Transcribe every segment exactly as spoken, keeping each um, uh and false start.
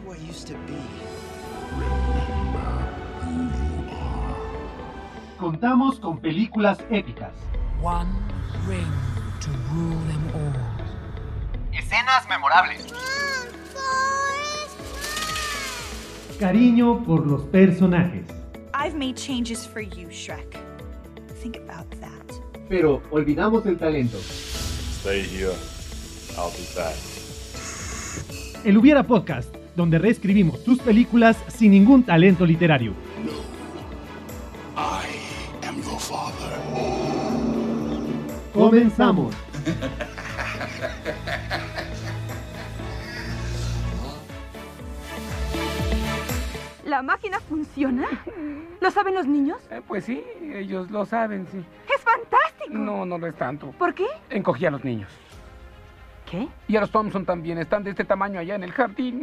who I used to be. Contamos con películas épicas. One ring to rule them all. Escenas memorables. Cariño por los personajes. I've made changes for you, Shrek. Think about that. Pero olvidamos el talento. Stay here. I'll be back. El Hubiera Podcast, donde reescribimos tus películas sin ningún talento literario. No. I am your father. Comenzamos. ¿La máquina funciona? ¿Lo saben los niños? Eh, pues sí, ellos lo saben, sí. ¡Es fantástico! No, no lo es tanto. ¿Por qué? Encogí a los niños. ¿Qué? Y a los Thompson también. Están de este tamaño allá en el jardín.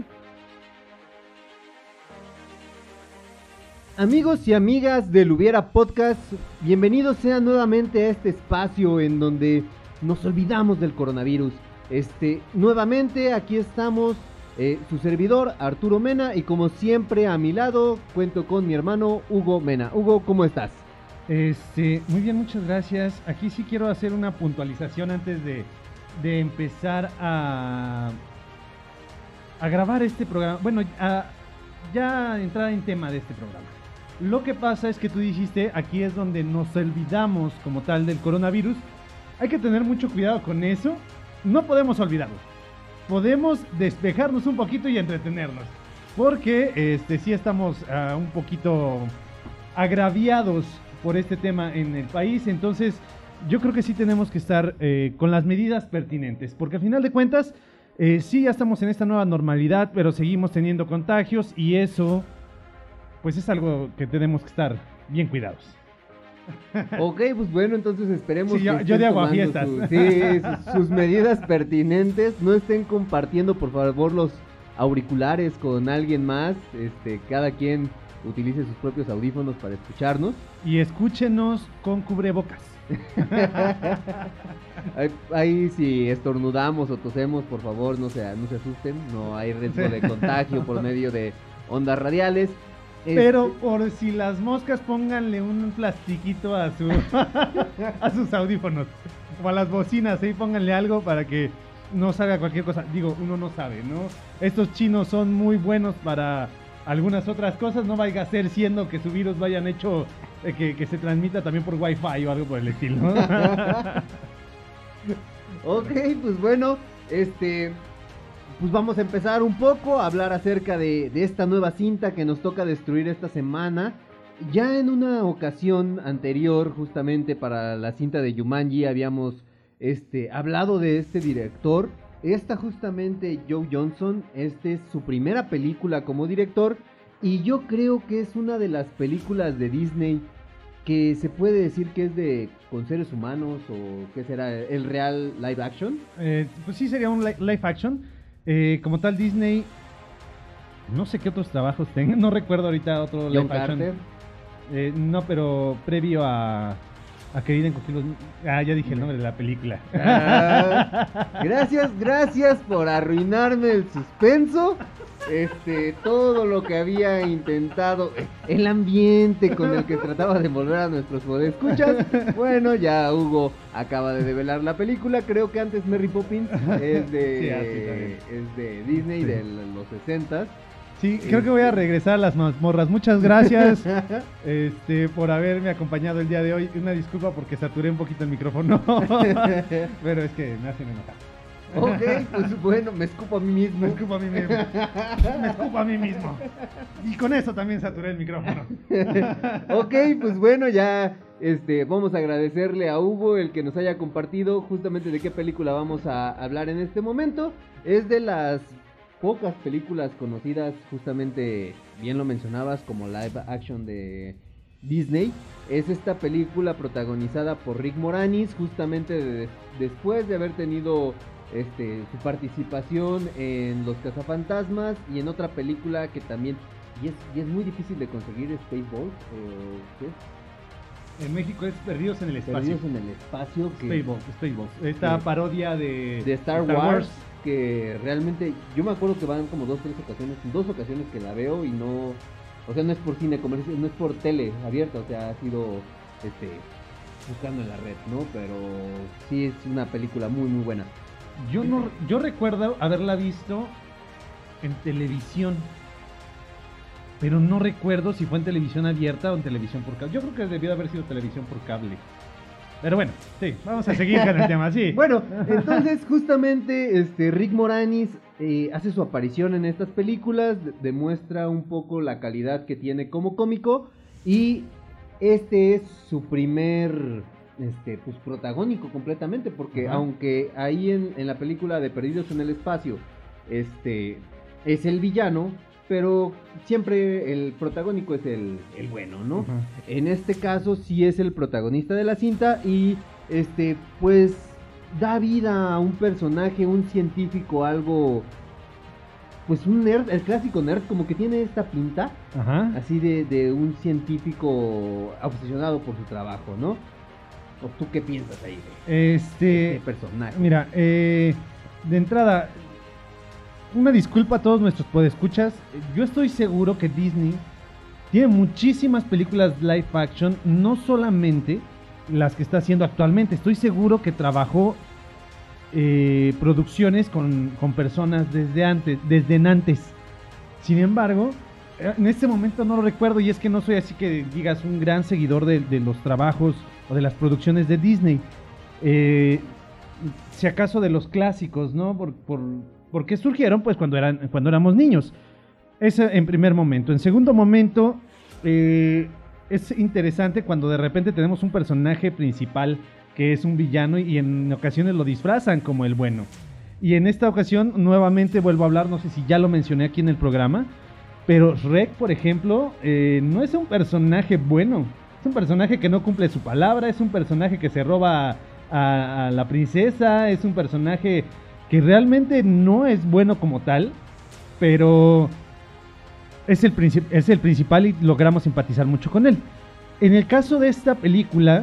Amigos y amigas del Hubiera Podcast, bienvenidos sean nuevamente a este espacio en donde nos olvidamos del coronavirus. Este, nuevamente aquí estamos, eh, su servidor Arturo Mena, y como siempre a mi lado cuento con mi hermano Hugo Mena. Hugo, ¿cómo estás? Este, muy bien, muchas gracias. Aquí sí quiero hacer una puntualización antes de, de empezar a, a grabar este programa. Bueno, a, ya entrar en tema de este programa. Lo que pasa es que tú dijiste, aquí es donde nos olvidamos como tal del coronavirus. Hay que tener mucho cuidado con eso. No podemos olvidarlo. Podemos despejarnos un poquito y entretenernos. Porque este, sí estamos uh, un poquito agraviados por este tema en el país. Entonces yo creo que sí tenemos que estar eh, con las medidas pertinentes. Porque al final de cuentas, eh, sí ya estamos en esta nueva normalidad, pero seguimos teniendo contagios y eso... pues es algo que tenemos que estar bien cuidados. Ok, pues bueno, entonces esperemos sí, que yo, yo de aguafiestas. Su, sí, sus, sus medidas pertinentes. No estén compartiendo, por favor, los auriculares con alguien más. Este, cada quien utilice sus propios audífonos para escucharnos. Y escúchenos con cubrebocas. ahí, ahí si estornudamos o tosemos, por favor, no se, no se asusten. No hay riesgo de contagio por medio de ondas radiales. Pero por si las moscas, pónganle un plastiquito a su a sus audífonos o a las bocinas, ahí pónganle algo para que no salga cualquier cosa. Digo, uno no sabe, ¿no? Estos chinos son muy buenos para algunas otras cosas, no vaya a ser siendo que su virus vayan hecho eh, que, que se transmita también por Wi-Fi o algo por el estilo, ¿no? Ok, pues bueno, este... pues vamos a empezar un poco a hablar acerca de, de esta nueva cinta que nos toca destruir esta semana. Ya en una ocasión anterior, justamente para la cinta de Jumanji, habíamos este, hablado de este director. Esta justamente Joe Johnston, este es su primera película como director. Y yo creo que es una de las películas de Disney que se puede decir que es de con seres humanos, o que será el real live action. Eh, pues sí, sería un li- live action. Eh, como tal, Disney, no sé qué otros trabajos tenga, no recuerdo ahorita otro John live Carter. action. Eh, no, pero previo a, a Querida Encogir los... Ah, ya dije el nombre de la película. Ah, gracias, gracias por arruinarme el suspenso. Este, todo lo que había intentado, el ambiente con el que trataba de envolver a nuestros podescuchas. Bueno, ya Hugo acaba de develar la película. Creo que antes Mary Poppins es de, sí, así es de Disney, sí, de los sesentas. Sí, creo que voy a regresar a las mazmorras. Muchas gracias este, por haberme acompañado el día de hoy. Una disculpa porque saturé un poquito el micrófono, pero es que me hacen enojar. Ok, pues bueno, me escupo a mí mismo. Me escupo a mí mismo. Me escupo a mí mismo. Y con eso también saturé el micrófono. Ok, pues bueno, ya este, vamos a agradecerle a Hugo el que nos haya compartido justamente de qué película vamos a hablar en este momento. Es de las pocas películas conocidas, justamente, bien lo mencionabas, como live action de Disney. Es esta película protagonizada por Rick Moranis, justamente de, después de haber tenido este, su participación en Los Cazafantasmas y en otra película que también, y es, y es muy difícil de conseguir, Spaceballs, eh, ¿qué es? En México es Perdidos en el Espacio. Perdidos en el Espacio. Que Spaceballs, Spaceballs. Esta que, parodia de, de Star, Star Wars, Wars, que realmente, yo me acuerdo que van como dos, tres ocasiones, dos ocasiones que la veo y no, o sea, no es por cine comercial, no es por tele abierta, o sea, ha sido, este, buscando en la red, ¿no? Pero sí es una película muy, muy buena. Yo no, yo recuerdo haberla visto en televisión, pero no recuerdo si fue en televisión abierta o en televisión por cable. Yo creo que debió de haber sido televisión por cable. Pero bueno, sí, vamos a seguir con el tema, sí. Bueno, entonces justamente este Rick Moranis eh, hace su aparición en estas películas, de- demuestra un poco la calidad que tiene como cómico y este es su primer este pues protagónico completamente, porque Ajá. aunque ahí en, en la película de Perdidos en el Espacio este es el villano, pero siempre el protagónico es el, el bueno, ¿no? Ajá. En este caso sí es el protagonista de la cinta y este pues da vida a un personaje, un científico, algo pues un nerd, el clásico nerd, como que tiene esta pinta Ajá. así de, de un científico obsesionado por su trabajo, ¿no? ¿O tú qué piensas ahí de Este, este personaje? mira, eh, de entrada, una disculpa a todos nuestros podescuchas. Yo estoy seguro que Disney tiene muchísimas películas live action, no solamente las que está haciendo actualmente. Estoy seguro que trabajó eh, producciones con, con personas desde antes, desde antes. Sin embargo, eh, en este momento no lo recuerdo y es que no soy así que digas un gran seguidor de, de los trabajos o de las producciones de Disney. Eh, si acaso de los clásicos, ¿no? Por, por, porque surgieron pues cuando, eran, cuando éramos niños. Eso en primer momento. En segundo momento, eh, es interesante cuando de repente tenemos un personaje principal que es un villano y en ocasiones lo disfrazan como el bueno. Y en esta ocasión nuevamente vuelvo a hablar, no sé si ya lo mencioné aquí en el programa, pero Shrek, por ejemplo, eh, no es un personaje bueno. Es un personaje que no cumple su palabra, es un personaje que se roba a, a, a la princesa, es un personaje que realmente no es bueno como tal, pero es el, princip- es el principal y logramos simpatizar mucho con él. En el caso de esta película,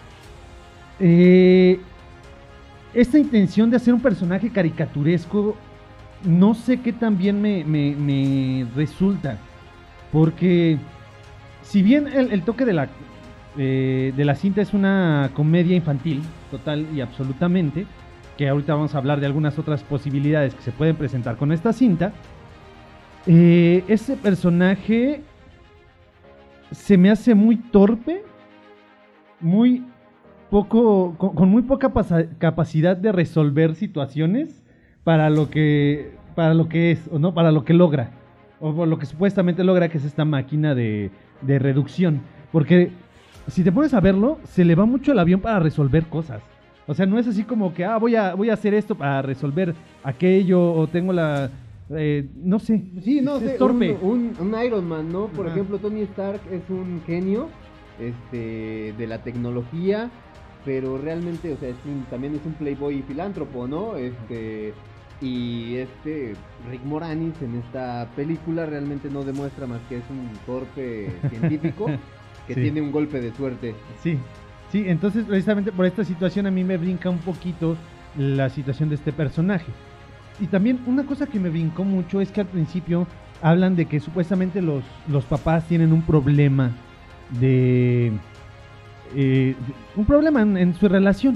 eh, esta intención de hacer un personaje caricaturesco, no sé qué tan bien me, me, me resulta, porque si bien el, el toque de la, eh, de la cinta es una comedia infantil, total y absolutamente, que ahorita vamos a hablar de algunas otras posibilidades que se pueden presentar con esta cinta, eh, ese personaje se me hace muy torpe, muy poco, con, con muy poca pasa- capacidad de resolver situaciones para lo que, para lo que es, o no, para lo que logra, o por lo que supuestamente logra, que es esta máquina de, de reducción, porque si te pones a verlo, se le va mucho el avión para resolver cosas. O sea, no es así como que, ah, voy a, voy a hacer esto para resolver aquello, o tengo la, eh, no sé, Sí, no es, sé, es torpe. Un, un, un Iron Man, ¿no? Por Ajá. ejemplo, Tony Stark es un genio este, de la tecnología, pero realmente, o sea, es un- también es un playboy y filántropo, ¿no? Este, y este Rick Moranis en esta película realmente no demuestra más que es un torpe científico que Sí. tiene un golpe de suerte. Sí, sí, entonces precisamente por esta situación a mí me brinca un poquito la situación de este personaje. Y también una cosa que me brincó mucho es que al principio hablan de que supuestamente los, los papás tienen un problema de... eh, un problema en, en su relación.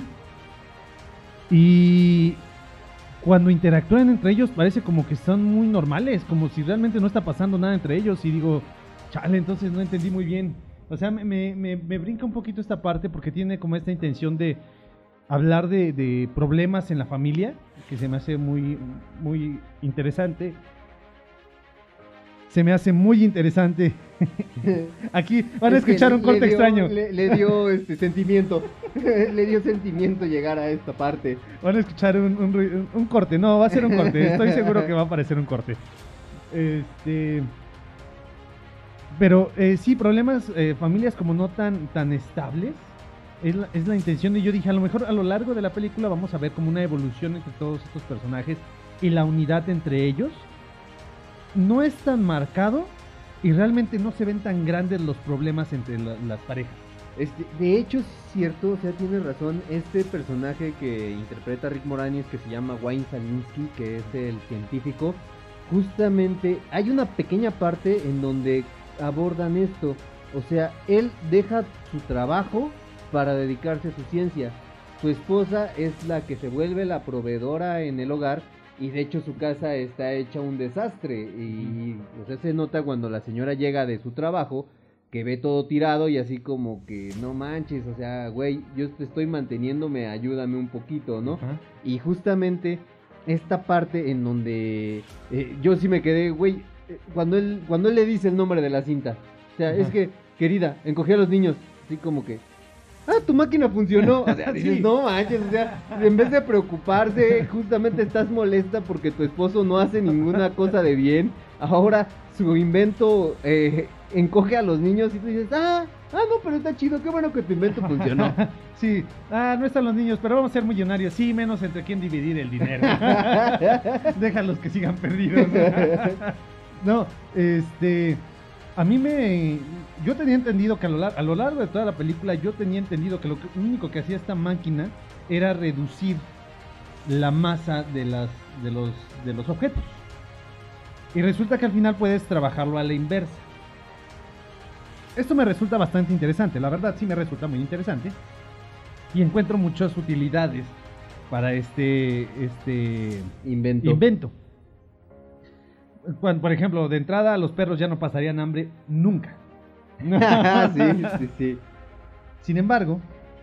Y cuando interactúan entre ellos parece como que son muy normales, como si realmente no está pasando nada entre ellos. Y digo, chale, entonces no entendí muy bien. O sea, me, me, me, me brinca un poquito esta parte porque tiene como esta intención de hablar de, de problemas en la familia, que se me hace muy, muy interesante. Se me hace muy interesante. Aquí van a Es que escuchar un le corte dio- extraño. Le, le dio este sentimiento, le dio sentimiento llegar a esta parte. Van a escuchar un, un rui- un- un corte. No, va a ser un corte. Estoy seguro que va a aparecer un corte. Este... Pero eh, sí, problemas, eh, familias como no tan, tan estables. Es la, es la intención. Y yo dije, a lo mejor a lo largo de la película vamos a ver como una evolución entre todos estos personajes y la unidad entre ellos. No es tan marcado y realmente no se ven tan grandes los problemas entre la- las parejas. Este, de hecho, es cierto, o sea, tiene razón. Este personaje que interpreta Rick Moranis, que se llama Wayne Szalinski, que es el científico, justamente hay una pequeña parte en donde abordan esto. O sea, él deja su trabajo para dedicarse a su ciencia. Su esposa es la que se vuelve la proveedora en el hogar. Y de hecho su casa está hecha un desastre. Y o sea, se nota cuando la señora llega de su trabajo, que ve todo tirado y así como que no manches, o sea, güey, yo te estoy manteniéndome, ayúdame un poquito, ¿no? Ajá. Y justamente esta parte en donde eh, yo sí me quedé, güey, eh, cuando él cuando él le dice el nombre de la cinta. O sea, Ajá. es que, querida, encogí a los niños, así como que, ah, tu máquina funcionó. O sea, dices, Sí. no manches, o sea, en vez de preocuparse, justamente estás molesta porque tu esposo no hace ninguna cosa de bien. Ahora su invento eh, encoge a los niños y tú dices, ah, ah, no, pero está chido, qué bueno que tu invento funcionó. Sí, ah, no están los niños, pero vamos a ser millonarios. Sí, menos entre quién dividir el dinero. Déjalos que sigan perdidos. No, este... A mí me... Yo tenía entendido que a lo, lar- a lo largo de toda la película, yo tenía entendido que lo, que- lo único que hacía esta máquina era reducir la masa de, las, de, los, de los objetos. Y resulta que al final puedes trabajarlo a la inversa. Esto me resulta bastante interesante, la verdad sí me resulta muy interesante. Y encuentro muchas utilidades para este, este Invento. invento. Cuando, por ejemplo, de entrada los perros ya no pasarían hambre nunca. sí, sí, sí. Sin embargo,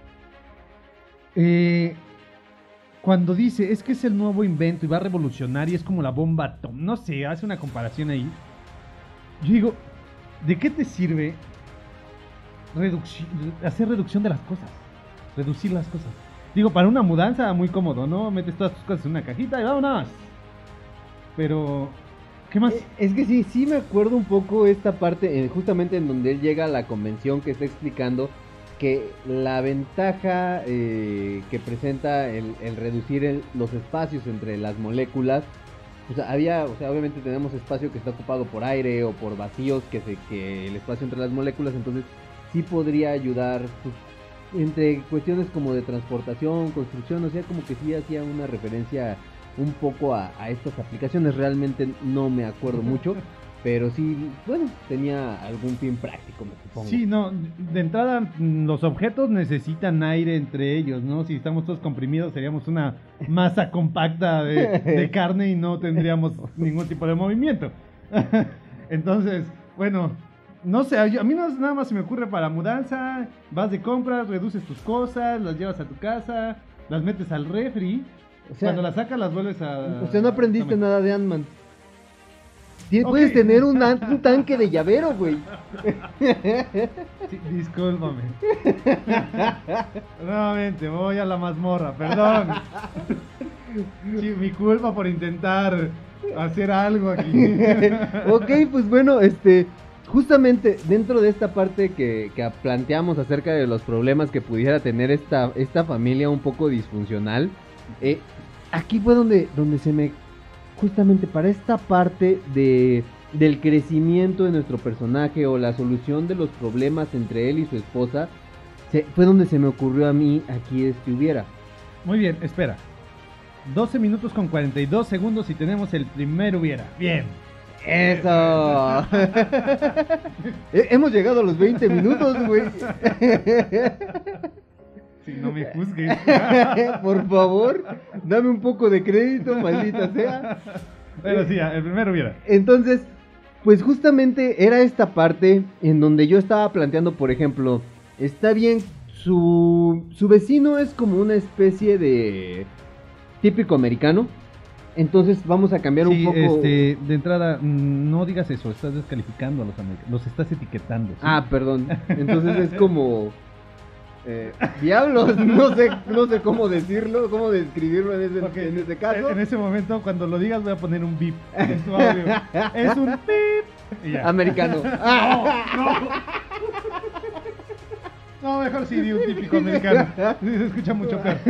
eh, cuando dice es que es el nuevo invento y va a revolucionar y es como la bomba atómica, no sé, hace una comparación ahí. Yo digo, ¿de qué te sirve reducci- hacer reducción de las cosas? Reducir las cosas. Digo, para una mudanza muy cómodo, ¿no? Metes todas tus cosas en una cajita y vámonos. Pero, ¿qué más? Eh, Es que sí, sí me acuerdo un poco esta parte, eh, justamente en donde él llega a la convención que está explicando que la ventaja eh, que presenta el, el reducir el- los espacios entre las moléculas, o sea, había, o sea, obviamente tenemos espacio que está ocupado por aire o por vacíos, que se, que el espacio entre las moléculas, entonces sí podría ayudar, pues, entre cuestiones como de transportación, construcción, o sea, como que sí hacía una referencia un poco a, a estas aplicaciones. Realmente no me acuerdo mucho, pero sí, bueno, tenía algún fin práctico, me supongo. Sí, no, de entrada mm, los objetos necesitan aire entre ellos, ¿no? Si estamos todos comprimidos seríamos una masa compacta de, de carne y no tendríamos ningún tipo de movimiento. Entonces, bueno, no sé, a mí no, nada más se me ocurre para mudanza, vas de compras, reduces tus cosas, las llevas a tu casa, las metes al refri, O sea, cuando las sacas las vuelves a... o sea, no aprendiste a- nada de Ant-Man. Tien- Ok. Puedes tener un, an- un tanque de llavero, güey. Sí, discúlpame. Nuevamente, voy a la mazmorra, perdón. Sí, mi culpa por intentar hacer algo aquí. Ok, pues bueno, este, justamente dentro de esta parte que, que planteamos acerca de los problemas que pudiera tener esta, esta familia un poco disfuncional, eh, aquí fue donde, donde se me, justamente para esta parte de, del crecimiento de nuestro personaje o la solución de los problemas entre él y su esposa, se- fue donde se me ocurrió a mí aquí este hubiera. Muy bien, espera. doce minutos con cuarenta y dos segundos y tenemos el primer hubiera. Bien. ¡Eso! Eh, Hemos llegado a los veinte minutos, güey. Si no me juzgues. Por favor, dame un poco de crédito, maldita sea. Pero sí, el primer hubiera. Entonces, pues justamente era esta parte en donde yo estaba planteando, por ejemplo, está bien, su, su vecino es como una especie de típico americano. Entonces vamos a cambiar Sí, un poco. este, de entrada, mm, no digas eso, estás descalificando a los americanos, los estás etiquetando. ¿sí? Ah, perdón. Entonces es como eh, diablos, no sé, no sé cómo decirlo, cómo describirlo en ese, Ok, en ese caso. En ese momento, cuando lo digas, voy a poner un beep en tu audio. Es un beep. Y ya. Americano. Ah, No, no. No, mejor sí, di un típico americano. Sí, se escucha mucho peor.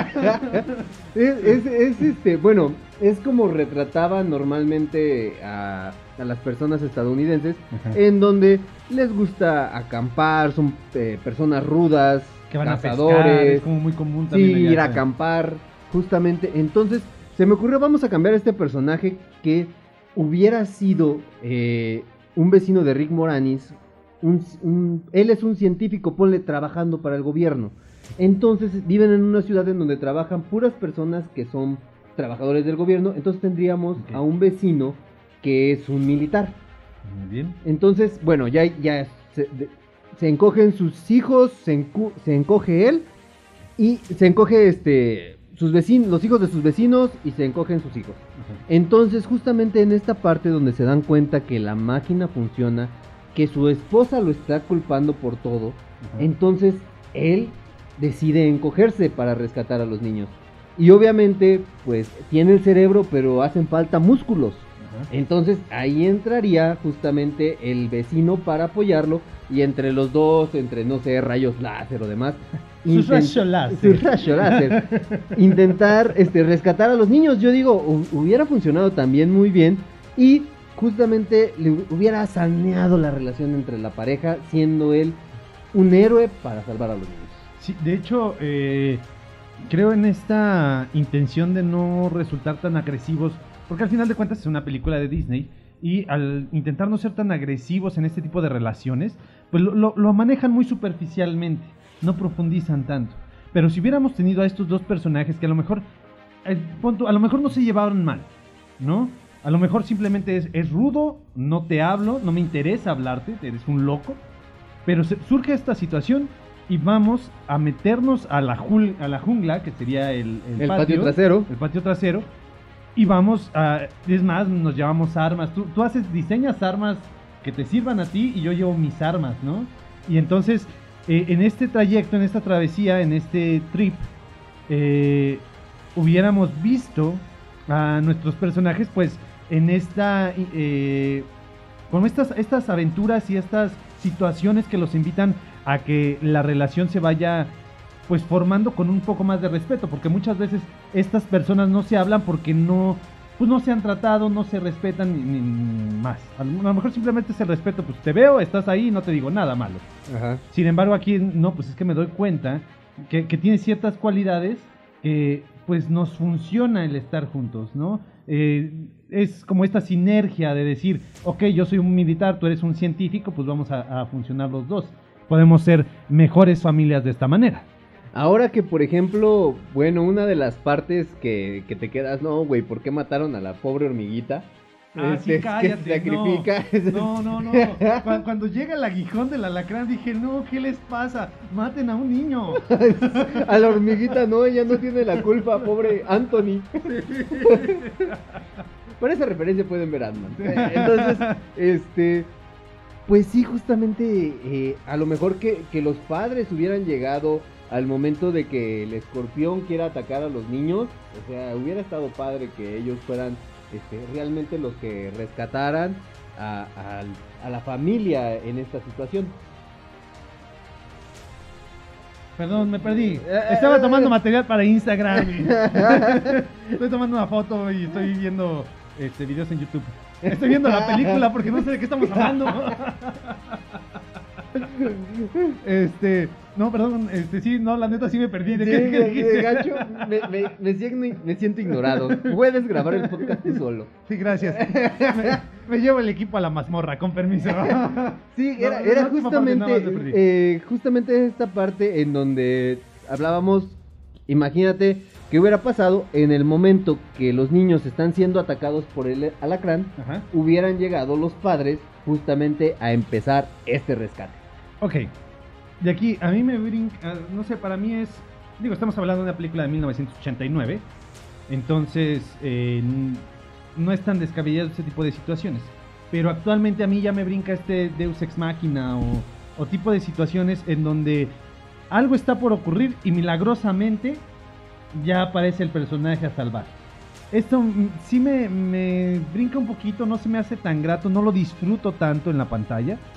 es, es, es, este, bueno, es como retrataban normalmente a, a las personas estadounidenses, Ajá. en donde les gusta acampar, son eh, personas rudas, Que van a pescar, cazadores, es como muy común sí, también allá, ir a sí. acampar, justamente. Entonces, se me ocurrió, vamos a cambiar este personaje que hubiera sido eh, un vecino de Rick Moranis. Un, un, él es un científico, ponle, trabajando para el gobierno. Entonces viven en una ciudad en donde trabajan puras personas que son trabajadores del gobierno. Entonces tendríamos Ok. a un vecino que es un militar. Muy bien. Entonces, bueno, ya, ya se, de- se encogen sus hijos, se, encu- se encoge él y se encoge este sus vecinos, los hijos de sus vecinos y se encogen sus hijos. Ajá. Entonces, justamente en esta parte donde se dan cuenta que la máquina funciona, que su esposa lo está culpando por todo, Ajá. entonces él decide encogerse para rescatar a los niños. Y obviamente, pues tiene el cerebro, pero hacen falta músculos. Ajá. Entonces ahí entraría justamente el vecino para apoyarlo y entre los dos, entre no sé, rayos láser o demás, Sus intent- rayos láser. sus rayos láser, intentar este, rescatar a los niños. Yo digo, hu- hubiera funcionado también muy bien y justamente le hu- hubiera saneado la relación entre la pareja, siendo él un héroe para salvar a los niños. Sí, de hecho, eh, creo en esta intención de no resultar tan agresivos, porque al final de cuentas es una película de Disney y al intentar no ser tan agresivos en este tipo de relaciones, pues lo, lo- lo manejan muy superficialmente, no profundizan tanto. Pero si hubiéramos tenido a estos dos personajes que a lo mejor, eh, pon tú, a lo mejor no se llevaron mal, ¿no? A lo mejor simplemente es, es rudo, no te hablo, no me interesa hablarte, eres un loco. Pero se- surge esta situación y vamos a meternos a la, jul- a la jungla, que sería el, el El patio trasero. El patio trasero. Y vamos a... Es más, nos llevamos armas. Tú, tú haces, diseñas armas que te sirvan a ti y yo llevo mis armas, ¿no? Y entonces, eh, en este trayecto, en esta travesía, en este trip, eh, hubiéramos visto a nuestros personajes, pues, en esta... eh, con estas, estas aventuras y estas situaciones que los invitan a que la relación se vaya pues formando con un poco más de respeto, porque muchas veces estas personas no se hablan porque no pues no se han tratado, no se respetan ni, ni- ni más. A lo, a lo mejor simplemente es el respeto, pues te veo, estás ahí, no te digo nada malo. Ajá. Sin embargo, aquí no, pues es que me doy cuenta que, que tiene ciertas cualidades que pues nos funciona el estar juntos, ¿no? Eh, es como esta sinergia de decir, ok, yo soy un militar, tú eres un científico, pues vamos a, a funcionar los dos. Podemos ser mejores familias de esta manera. Ahora que, por ejemplo, bueno, una de las partes que, que te quedas, no, güey, ¿por qué mataron a la pobre hormiguita? Ah, Este, sí, cállate, que se sacrifica. No, no, no. Cuando, cuando llega el aguijón del alacrán dije, no, ¿qué les pasa? Maten a un niño. A la hormiguita no, ella no tiene la culpa, pobre Anthony. Por esa referencia pueden ver Ant-Man. Entonces, este, pues sí, justamente, eh, a lo mejor que, que los padres hubieran llegado al momento de que el escorpión quiera atacar a los niños. O sea, hubiera estado padre que ellos fueran este, realmente los que rescataran a, a- a la familia en esta situación. Perdón, me perdí. Estaba tomando material para Instagram. y- Estoy tomando una foto y estoy viendo este, videos en YouTube. Estoy viendo la película porque no sé de qué estamos hablando. Este, no, perdón, este, sí, no, la neta sí me perdí. ¿De Sí, qué, qué de- dijiste? de gacho, me, me- me siento, me siento ignorado. Puedes grabar el podcast tú solo. Sí, gracias. Me, me llevo el equipo a la mazmorra, con permiso. Sí, No, era, no, era la última parte nada justamente, más me perdí. eh, justamente esta parte en donde hablábamos, imagínate qué hubiera pasado en el momento que los niños están siendo atacados por el alacrán, Ajá. hubieran llegado los padres justamente a empezar este rescate. Ok. De aquí, a mí me brinca, no sé, para mí es, digo, estamos hablando de una película de mil novecientos ochenta y nueve, entonces eh, n- no es tan descabellado ese tipo de situaciones. Pero actualmente a mí ya me brinca este Deus Ex Machina o, o tipo de situaciones en donde algo está por ocurrir y milagrosamente ya aparece el personaje a salvar. Esto mm, sí me, me brinca un poquito, no se me hace tan grato, no lo disfruto tanto en la pantalla.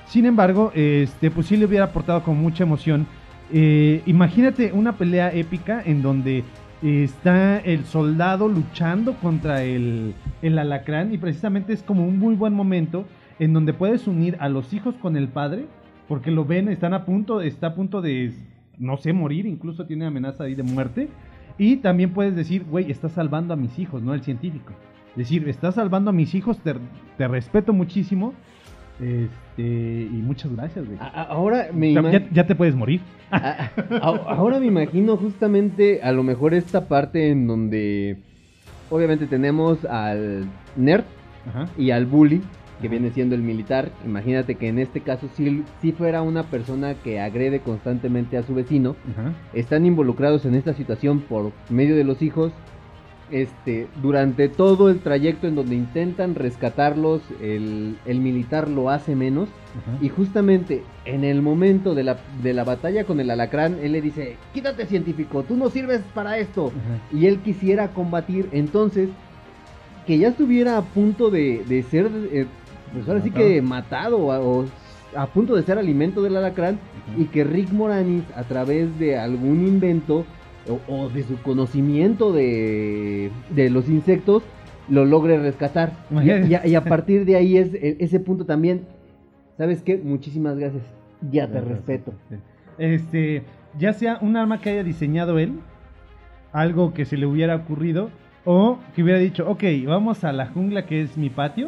Sin embargo, este, pues sí le hubiera aportado con mucha emoción. Eh, imagínate una pelea épica en donde eh, está el soldado luchando contra el, el alacrán, y precisamente es como un muy buen momento en donde puedes unir a los hijos con el padre, porque lo ven, están a punto, está a punto de, no sé, morir, incluso tiene amenaza ahí de muerte, y también puedes decir, güey, estás salvando a mis hijos, no el científico. Es decir, estás salvando a mis hijos, te, te respeto muchísimo, este, y muchas gracias, güey. A- a- Ahora me Ya, ima- ya- ya te puedes morir. a- a- ahora me imagino justamente a lo mejor esta parte en donde obviamente tenemos al nerd Ajá. y al bully, que viene siendo el militar. Imagínate que en este caso si, si fuera una persona que agrede constantemente a su vecino, Ajá. están involucrados en esta situación por medio de los hijos. Este, durante todo el trayecto en donde intentan rescatarlos, el, el militar lo hace menos. Ajá. Y justamente en el momento de la, de la batalla con el alacrán, él le dice, quítate científico, tú no sirves para esto. Ajá. Y él quisiera combatir, entonces, que ya estuviera a punto de, de ser, eh, pues ahora sí Matado. que matado, o, o a punto de ser alimento del alacrán, Ajá. y que Rick Moranis, a través de algún invento, o, o de su conocimiento de, de los insectos, lo logre rescatar. Y, Imagínate. y a, y a partir de ahí es e- ese punto también. ¿Sabes qué? Muchísimas gracias. Ya te respeto. Este, ya sea un arma que haya diseñado él, algo que se le hubiera ocurrido, o que hubiera dicho, ok, vamos a la jungla que es mi patio,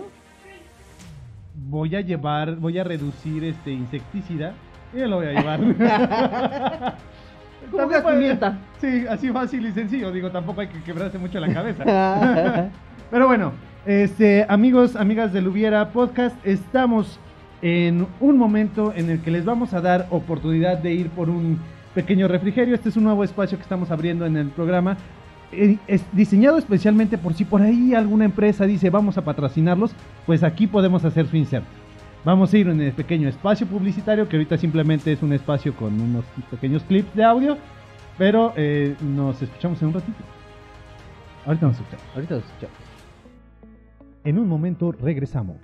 voy a llevar, voy a reducir este insecticida y me lo voy a llevar. Como También gas puede- pimienta. Sí, así fácil y sencillo, digo, tampoco hay que quebrarse mucho la cabeza. Pero bueno, este, amigos, amigas del Hubiera Podcast, estamos en un momento en el que les vamos a dar oportunidad de ir por un pequeño refrigerio. Este es un nuevo espacio que estamos abriendo en el programa. Eh, Es diseñado especialmente por si por ahí alguna empresa dice vamos a patrocinarlos, pues aquí podemos hacer su inserto. Vamos a ir en el pequeño espacio publicitario, que ahorita simplemente es un espacio con unos pequeños clips de audio, pero eh, nos escuchamos en un ratito. Ahorita nos escuchamos. Ahorita los escuchamos. En un momento regresamos.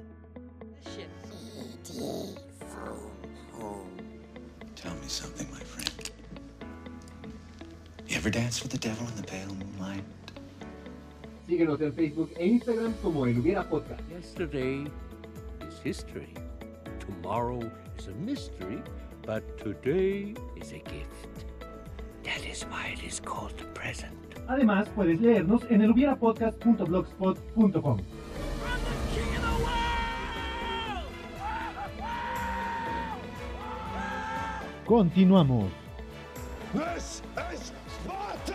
Tell me something, my friend. You ever dance with the devil in the pale moonlight? Síguenos en Facebook e Instagram como el Hubiera Podcast. Yesterday is history. Tomorrow is a mystery, but today is a gift. That is why it is called the present. Además, puedes leernos en el hubiera podcast punto blogspot punto com. Continuamos. This is Sparta!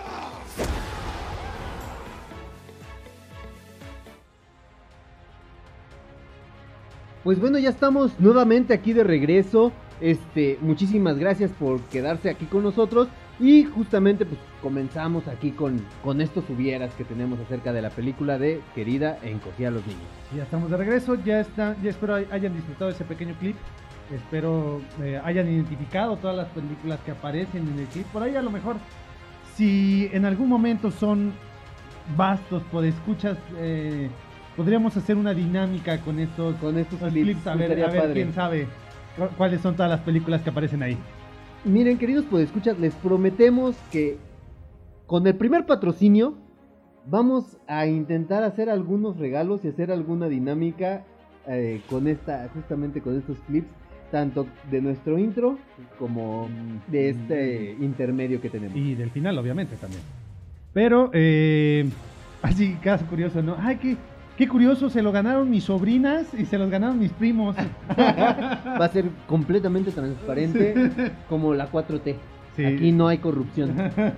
Pues bueno, ya estamos nuevamente aquí de regreso. Este, muchísimas gracias por quedarse aquí con nosotros. Y justamente pues comenzamos aquí con, con estos hubieras que tenemos acerca de la película de Querida encogía a los niños. Ya estamos de regreso, ya está, ya espero hay- hayan disfrutado ese pequeño clip. Espero eh, hayan identificado todas las películas que aparecen en el clip. Por ahí a lo mejor, si en algún momento son vastos, podescuchas, eh, podríamos hacer una dinámica con estos, Con estos los clips, clips, a ver, estaría a ver padre. quién sabe cu- cuáles son todas las películas que aparecen ahí. Miren, queridos podescuchas, les prometemos que con el primer patrocinio vamos a intentar hacer algunos regalos y hacer alguna dinámica eh, con esta, justamente con estos clips, tanto de nuestro intro como de este intermedio que tenemos. Y del final, obviamente, también. Pero, eh, así, caso curioso, ¿no? Ay, qué, qué curioso, se lo ganaron mis sobrinas y se los ganaron mis primos. Va a ser completamente transparente como la cuatro T. Sí. Aquí no hay corrupción.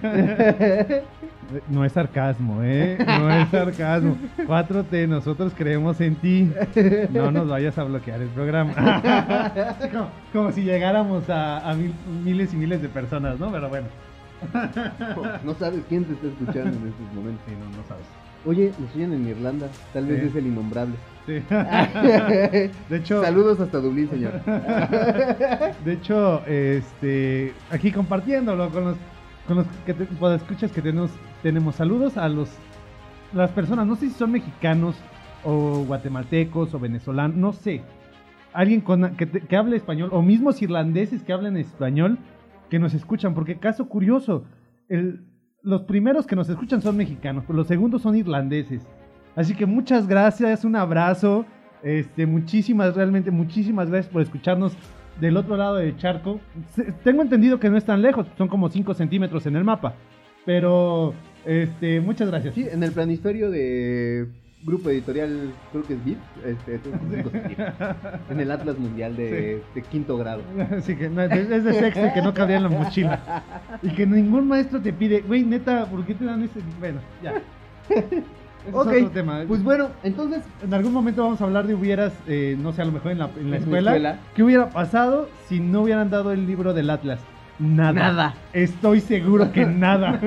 No es sarcasmo, ¿eh? No es sarcasmo. cuatro T, nosotros creemos en ti. No nos vayas a bloquear el programa. Así como, como si llegáramos a, a mil- miles y miles de personas, ¿no? Pero bueno. No sabes quién te está escuchando en estos momentos. Sí, no, no sabes. Oye, nos oyen en Irlanda. Tal vez Sí. es el innombrable. Sí. De hecho, Saludos hasta Dublín, señor. de hecho, este, aquí compartiéndolo con los, con los que te, escuchas que tenemos, tenemos saludos a los, las personas, no sé si son mexicanos o guatemaltecos o venezolanos, no sé, alguien con, que, te- que hable español, o mismos irlandeses que hablen español, que nos escuchan, porque caso curioso, el, los primeros que nos escuchan son mexicanos, pero los segundos son irlandeses. Así que muchas gracias, un abrazo, este, muchísimas, realmente muchísimas gracias por escucharnos del otro lado del charco. Se- Tengo entendido que no es tan lejos, son como cinco centímetros en el mapa, pero este, muchas gracias. Sí, en el planisferio de Grupo Editorial, creo que es V I P, este, es un cinco centímetros. En el Atlas Mundial de, de quinto grado. Así que no, es es de sexto y que no cabía en la mochila. Y que ningún maestro te pide, güey, neta, ¿por qué te dan ese? Bueno, ya. Ese Ok, es otro tema. pues bueno, entonces, En algún momento vamos a hablar de hubieras, eh, no sé, a lo mejor en la, en la En la escuela, escuela. ¿qué hubiera pasado si no hubieran dado el libro del Atlas? Nada. Nada. Estoy seguro que nada.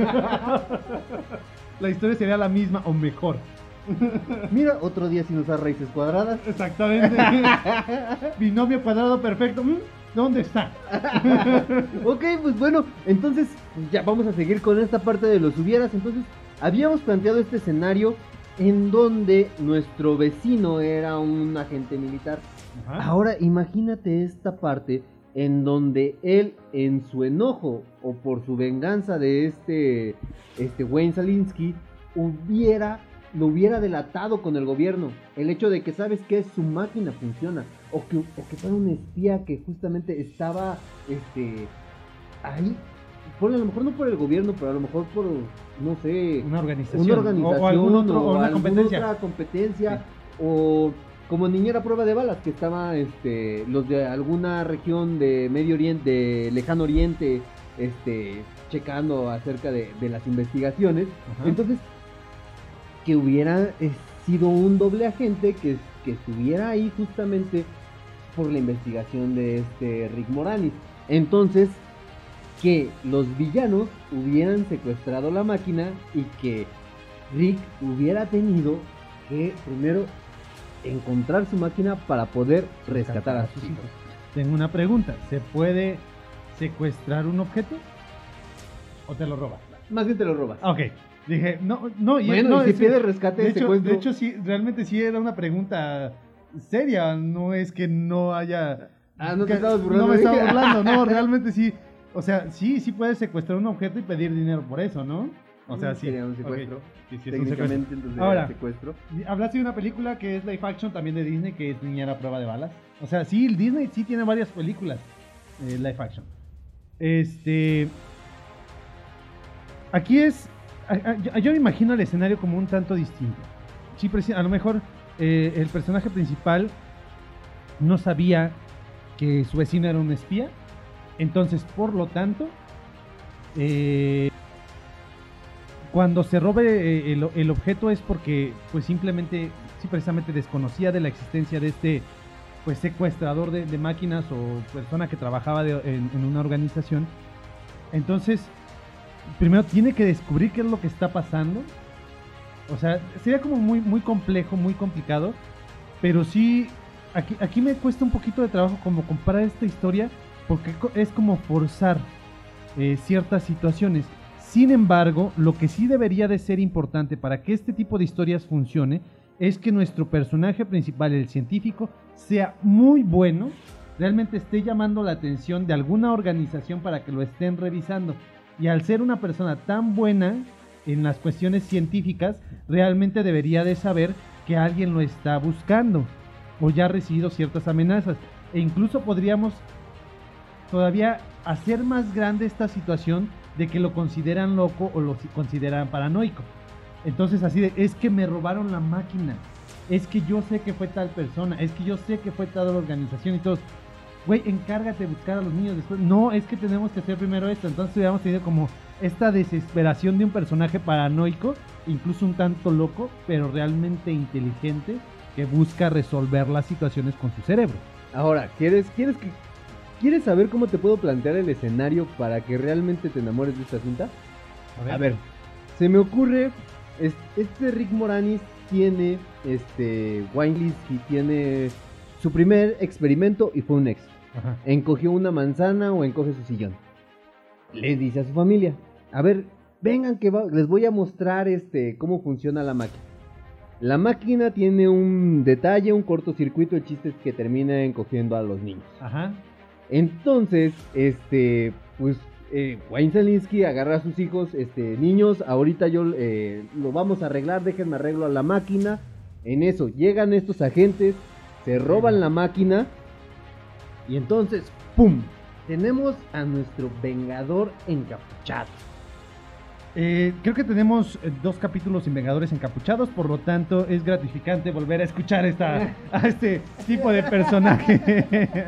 La historia sería la misma o mejor. mira, otro día sin usar raíces cuadradas. Exactamente. Binomio cuadrado perfecto. ¿Mm? ¿Dónde está? Ok, pues bueno, entonces ya vamos a seguir con esta parte de los hubieras. Entonces, habíamos planteado este escenario en donde nuestro vecino era un agente militar. Ajá. Ahora imagínate esta parte en donde él, en su enojo o por su venganza de este, este Wayne Szalinski, hubiera, lo hubiera delatado con el gobierno. El hecho de que sabes que su máquina funciona, o que, o que fuera un espía que justamente estaba este, ahí, por, a lo mejor no por el gobierno, pero a lo mejor por, no sé, Una organización. una organización o, o algún otro, o una alguna competencia. otra competencia, o como niñera prueba de balas, que estaba este los de alguna región de Medio Oriente, de Lejano Oriente, este checando acerca de, de las investigaciones. Ajá. Entonces, que hubiera eh, sido un doble agente que, que estuviera ahí justamente por la investigación de este Rick Moranis. Entonces, que los villanos hubieran secuestrado la máquina y que Rick hubiera tenido que primero encontrar su máquina para poder rescatar a sus hijos. Tengo una pregunta. ¿Se puede secuestrar un objeto? ¿O te lo robas? Más bien te lo robas. Ah, ok. Dije, no, no. y- Bueno, no, y si es- pide rescate, de hecho, secuestro. de hecho, sí, realmente sí era una pregunta seria. No es que no haya... Ah, no te que- estabas burlando. No me de estaba ella. burlando, no, realmente sí. O sea, sí, sí puedes secuestrar un objeto y pedir dinero por eso, ¿no? O sea, sí. Sería un secuestro. Ok. Sí, sí, es un secuestro. Técnicamente, entonces Ahora, era secuestro. hablaste de una película que es live action también de Disney, que es Niñera a Prueba de Balas. O sea, sí, el Disney sí tiene varias películas eh, live action. Este. Aquí es. a- a- yo, yo me imagino el escenario como un tanto distinto. Sí, preci- a lo mejor eh, el personaje principal no sabía que su vecino era un espía. Entonces, por lo tanto, eh, cuando se robe eh, el, el objeto es porque pues simplemente, sí, precisamente desconocía de la existencia de este pues secuestrador de, de máquinas o persona que trabajaba de- en, en una organización. Entonces, primero tiene que descubrir qué es lo que está pasando. O sea, sería como muy, muy complejo, muy complicado. Pero sí, aquí, aquí me cuesta un poquito de trabajo como comparar esta historia, porque co- es como forzar eh, ciertas situaciones. Sin embargo, lo que sí debería de ser importante para que este tipo de historias funcione es que nuestro personaje principal, el científico, sea muy bueno, realmente esté llamando la atención de alguna organización para que lo estén revisando. Y al ser una persona tan buena en las cuestiones científicas, realmente debería de saber que alguien lo está buscando o ya ha recibido ciertas amenazas. E incluso podríamos todavía hacer más grande esta situación de que lo consideran loco o lo consideran paranoico. Entonces así de, es que me robaron la máquina, es que yo sé que fue tal persona, es que yo sé que fue tal organización y todo. Güey, encárgate de buscar a los niños después. No, es que tenemos que hacer primero esto. Entonces hubiéramos tenido como esta desesperación de un personaje paranoico, incluso un tanto loco, pero realmente inteligente, que busca resolver las situaciones con su cerebro. Ahora, ¿quieres, quieres, que, ¿quieres saber cómo te puedo plantear el escenario para que realmente te enamores de esta cinta? A ver, se me ocurre, es- este Rick Moranis tiene, este, Wayne Szalinski tiene su primer experimento y fue un éxito. Ajá. Encogió una manzana o encoge su sillón. Le dice a su familia, a ver, vengan que va- les voy a mostrar este cómo funciona la máquina. La máquina tiene un detalle, un cortocircuito, el chiste es que termina encogiendo a los niños. Ajá. Entonces, este, pues, eh, Wayne Szalinski agarra a sus hijos, este, niños, ahorita yo eh, lo vamos a arreglar, déjenme arreglo a la máquina. En eso, llegan estos agentes, se roban la máquina, y entonces, ¡pum! Tenemos a nuestro Vengador encapuchado. Eh, creo que tenemos eh, dos capítulos sin Vengadores encapuchados, por lo tanto es gratificante volver a escuchar esta, a este tipo de personaje.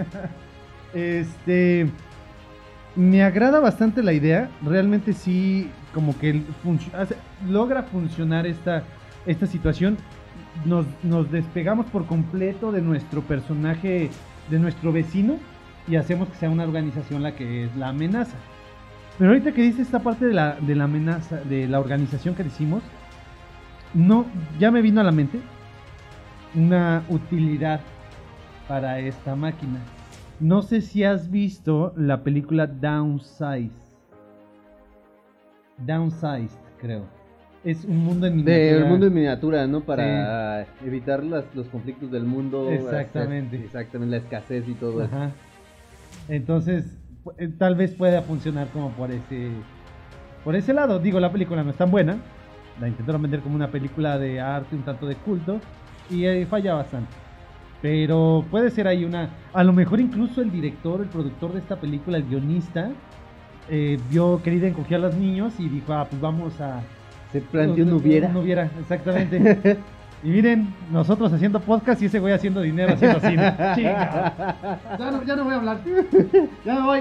Este, me agrada bastante la idea, realmente sí, como que func- hace- logra funcionar esta, esta situación. Nos, nos despegamos por completo de nuestro personaje, de nuestro vecino, y hacemos que sea una organización la que es la amenaza. Pero ahorita que dice esta parte de la, de la amenaza, de la organización que decimos, no, ya me vino a la mente una utilidad para esta máquina. No sé si has visto la película Downsize. Downsized, creo. Es un mundo en miniatura. Del mundo en miniatura, ¿no? Para sí. evitar las, los conflictos del mundo. Exactamente. Hacer, exactamente, la escasez y todo Ajá. eso. Entonces, tal vez pueda funcionar como por ese por ese lado. Digo, la película no es tan buena, la intentaron vender como una película de arte un tanto de culto y eh, falla bastante, pero puede ser ahí una, a lo mejor incluso el director, el productor de esta película, el guionista, eh, vio Querida encogía a los niños y dijo, ah, pues vamos a se planteó no hubiera no hubiera, exactamente. Y miren, nosotros haciendo podcast y ese güey haciendo dinero haciendo cine. Chinga. Ya no, ya no voy a hablar. Ya me voy.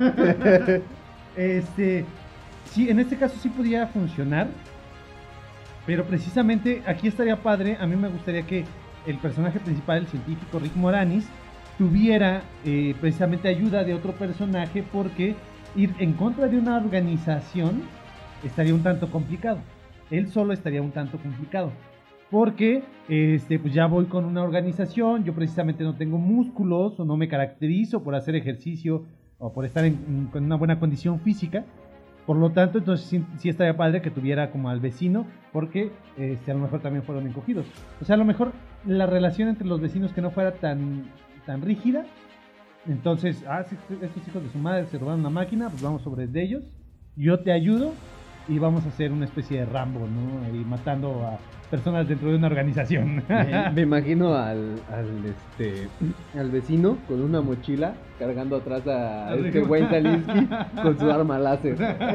Este, sí, en este caso sí podría funcionar. Pero precisamente aquí estaría padre. A mí me gustaría que el personaje principal, el científico Rick Moranis, tuviera eh, precisamente ayuda de otro personaje, porque ir en contra de una organización estaría un tanto complicado. Él solo estaría un tanto complicado. Porque este, pues ya voy con una organización, yo precisamente no tengo músculos o no me caracterizo por hacer ejercicio o por estar en, en una buena condición física. Por lo tanto, entonces sí, sí estaría padre que tuviera como al vecino, porque este, a lo mejor también fueron encogidos. O sea, a lo mejor la relación entre los vecinos que no fuera tan, tan rígida. Entonces, ah, sí, estos hijos de su madre se robaron una máquina, pues vamos sobre de ellos. Yo te ayudo y vamos a hacer una especie de Rambo, ¿no? Y matando a personas dentro de una organización. Me, me imagino al, al este al vecino con una mochila cargando atrás a este Wayne Szalinski con su arma láser.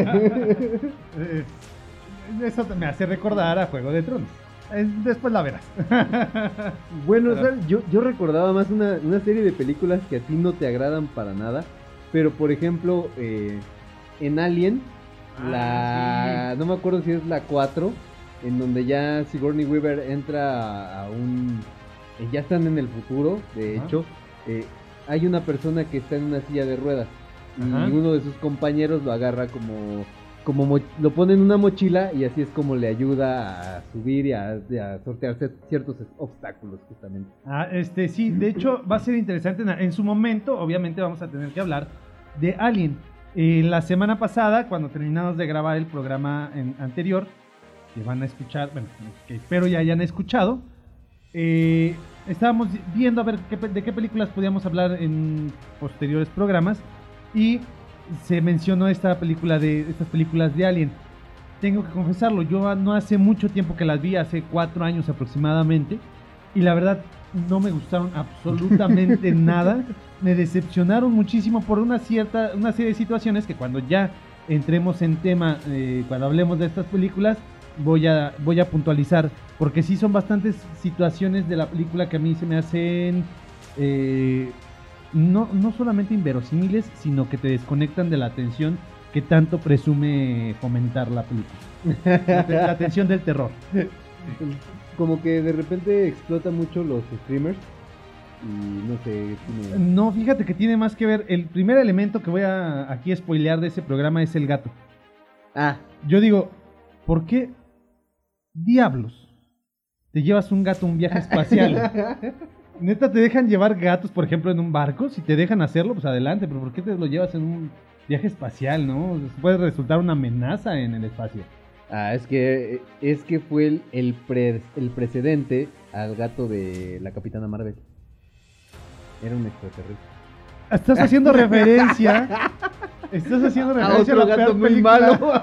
Eso me hace recordar a Juego de Tronos. Después la verás. Bueno, pero... ¿sabes? Yo, yo recordaba más una, una serie de películas que a ti no te agradan para nada. Pero por ejemplo, eh, en Alien, ah, la sí. no me acuerdo si es la cuatro, en donde ya Sigourney Weaver entra a, a un... Eh, ya están en el futuro, de Ajá. hecho. Eh, hay una persona que está en una silla de ruedas. Ajá. Y uno de sus compañeros lo agarra como... como mo- lo pone en una mochila y así es como le ayuda a subir y a, a sortear ciertos obstáculos, justamente. Ah, este, sí, de hecho va a ser interesante. En su momento, obviamente vamos a tener que hablar de Alien. Eh, la semana pasada, cuando terminamos de grabar el programa en, anterior, que van a escuchar, bueno, que espero ya hayan escuchado, eh, estábamos viendo a ver qué, de qué películas podíamos hablar en posteriores programas y se mencionó esta película de estas películas de Alien. Tengo que confesarlo, yo no hace mucho tiempo que las vi, hace cuatro años aproximadamente, y la verdad no me gustaron absolutamente nada. Me decepcionaron muchísimo por una cierta una serie de situaciones que cuando ya entremos en tema, eh, cuando hablemos de estas películas, voy a voy a puntualizar, porque sí son bastantes situaciones de la película que a mí se me hacen eh, no, no solamente inverosímiles, sino que te desconectan de la atención que tanto presume fomentar la película. La, la atención del terror. Como que de repente explota mucho los streamers y no sé. Tiene... No, fíjate que tiene más que ver. El primer elemento que voy a aquí spoilear de ese programa es el gato. Ah. Yo digo, ¿por qué diablos te llevas un gato a un viaje espacial? Neta, te dejan llevar gatos, por ejemplo, en un barco. Si te dejan hacerlo, pues adelante. Pero ¿por qué te lo llevas en un viaje espacial, no? Puede resultar una amenaza en el espacio. Ah, es que es que fue el, el, pre- el precedente al gato de la Capitana Marvel. Era un extraterrestre. Estás haciendo referencia. Estás haciendo A referencia a, otro la gato peor muy película. malo.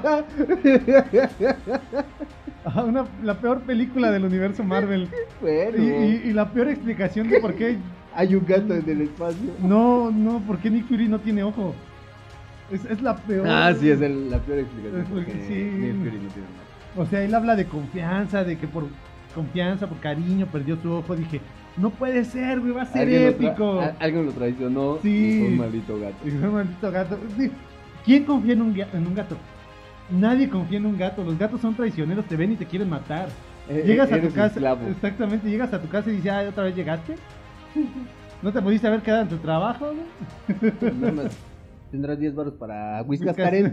A una, la peor película del universo Marvel. Bueno. Y, y- y la peor explicación de por qué. Hay un gato en el espacio. No, no, por qué Nick Fury no tiene ojo. Es, es la peor. Ah, sí, es el- la peor explicación. Es porque porque sí. Nick Fury no tiene nada. O sea, él habla de confianza, de que por confianza, por cariño, perdió su ojo. Dije, no puede ser, güey, va a ser Alguien lo tra- épico. a- Alguien lo traicionó. Sí. Y fue un maldito gato. Y fue un maldito gato. Sí. ¿Quién confía en un, ga- en un gato? Nadie confía en un gato. Los gatos son traicioneros, te ven y te quieren matar. Eh, Llegas a eres tu casa. esclavo. Exactamente, llegas a tu casa y dices, ah, ¿otra vez llegaste? ¿No te pudiste haber quedado en tu trabajo? ¿No? Nada más. Tendrás diez baros para Whiskas Whiskas. Karen.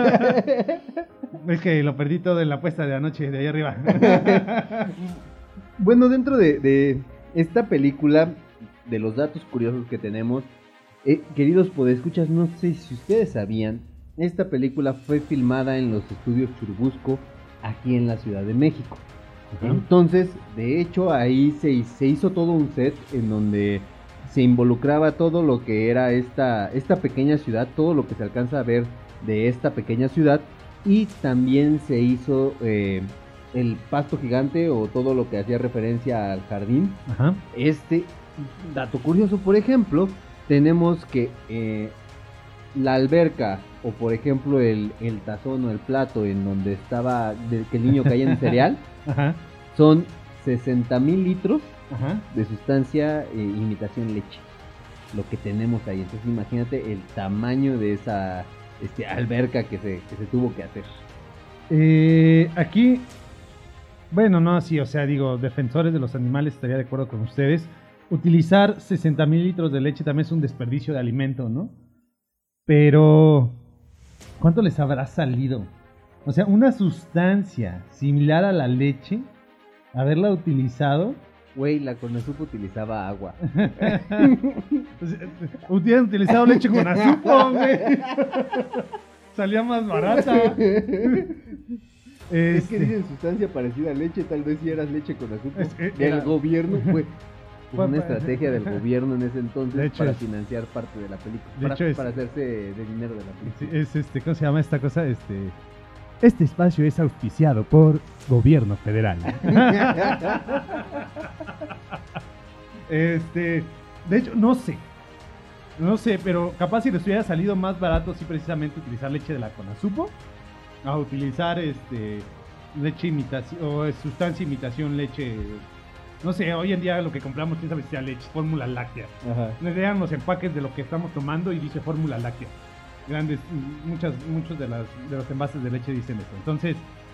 Es que lo perdí todo en la apuesta de anoche, de ahí arriba. Bueno, dentro de, de esta película, de los datos curiosos que tenemos, eh, queridos podescuchas, no sé si ustedes sabían, esta película fue filmada en los estudios Churubusco, aquí en la Ciudad de México. Ajá. Entonces, de hecho, ahí se, se hizo todo un set en donde se involucraba todo lo que era esta, esta pequeña ciudad, todo lo que se alcanza a ver de esta pequeña ciudad, y también se hizo eh, el pasto gigante o todo lo que hacía referencia al jardín. Ajá. Este dato curioso, por ejemplo, tenemos que eh, la alberca o por ejemplo el, el tazón o el plato en donde estaba de, que el niño caía en el cereal, Ajá. son sesenta mil litros Ajá. de sustancia eh, imitación leche, lo que tenemos ahí. Entonces imagínate el tamaño de esa este, alberca que se, que se tuvo que hacer. Eh, aquí, bueno, no así, o sea, digo, defensores de los animales, estaría de acuerdo con ustedes. Utilizar sesenta mil litros de leche también es un desperdicio de alimento, ¿no? Pero, ¿cuánto les habrá salido? O sea, una sustancia similar a la leche, haberla utilizado. Güey, la Conazupo utilizaba agua. Hubieran utilizado leche con azúcar, güey. Salía más barata. Es Este, que dicen sustancia parecida a leche, tal vez si eras leche con azúcar. Es que Del era- gobierno fue, fue una Fue- estrategia del gobierno en ese entonces De hecho, para es- financiar parte de la película, de para, hecho, es- para hacerse de dinero de la Sí, película. es este, ¿cómo se llama esta cosa? Este, este espacio es auspiciado por Gobierno Federal. Este, de hecho, no sé. No sé, pero capaz si les hubiera salido más barato, sí, precisamente utilizar leche de la Conazupo, a utilizar este leche imitación o sustancia imitación leche. No sé, hoy en día lo que compramos, quién sabe si sea leche, fórmula láctea. Ajá. Nos llegan los empaques de lo que estamos tomando y dice fórmula láctea. Grandes, muchas, muchos de, las, de los envases de leche dicen eso. Entonces,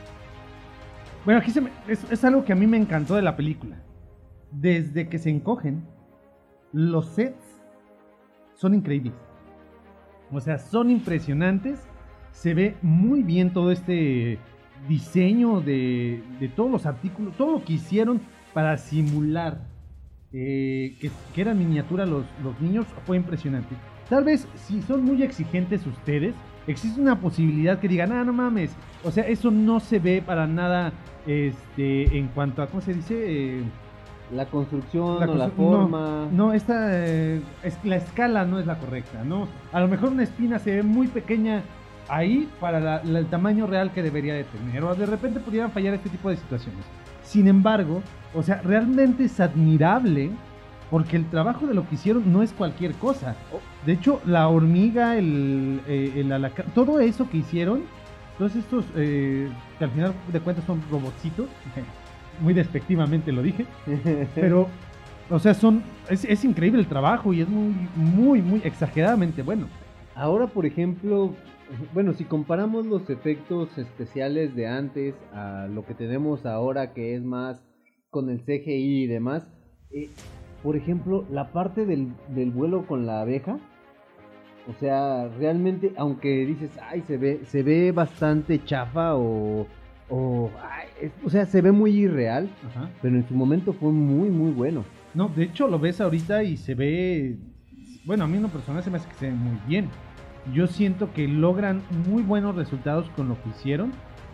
bueno, aquí se me- es, es algo que a mí me encantó de la película. Desde que se encogen, los sets son increíbles. O sea, son impresionantes. Se ve muy bien todo este diseño de, de todos los artículos, todo lo que hicieron para simular eh, que, que eran miniatura los, los niños, fue impresionante. Tal vez si son muy exigentes ustedes, existe una posibilidad que digan, ah, no mames, o sea, eso no se ve para nada este, en cuanto a, ¿cómo se dice? Eh, La construcción la o la constru- forma. No, no, esta, eh, es, la escala no es la correcta, ¿no? A lo mejor una espina se ve muy pequeña ahí para la- la- el tamaño real que debería de tener, o de repente pudieran fallar este tipo de situaciones. Sin embargo, o sea, realmente es admirable porque el trabajo de lo que hicieron no es cualquier cosa. De hecho, la hormiga, el, eh, el alacrán, todo eso que hicieron, todos estos, eh, que al final de cuentas son robotcitos, muy despectivamente lo dije, pero, o sea, son, es, es increíble el trabajo y es muy, muy, muy exageradamente bueno. Ahora, por ejemplo, bueno, si comparamos los efectos especiales de antes a lo que tenemos ahora, que es más con el C G I y demás, eh, por ejemplo, la parte del, del vuelo con la abeja, o sea, realmente, aunque dices, ay, se ve, se ve bastante chafa o, o, ay, es- o sea, se ve muy irreal, Ajá. pero en su momento fue muy, muy bueno. No, de hecho lo ves ahorita y se ve, bueno, a mí en lo personal se me hace que se ve muy bien. Yo siento que logran muy buenos resultados con lo que hicieron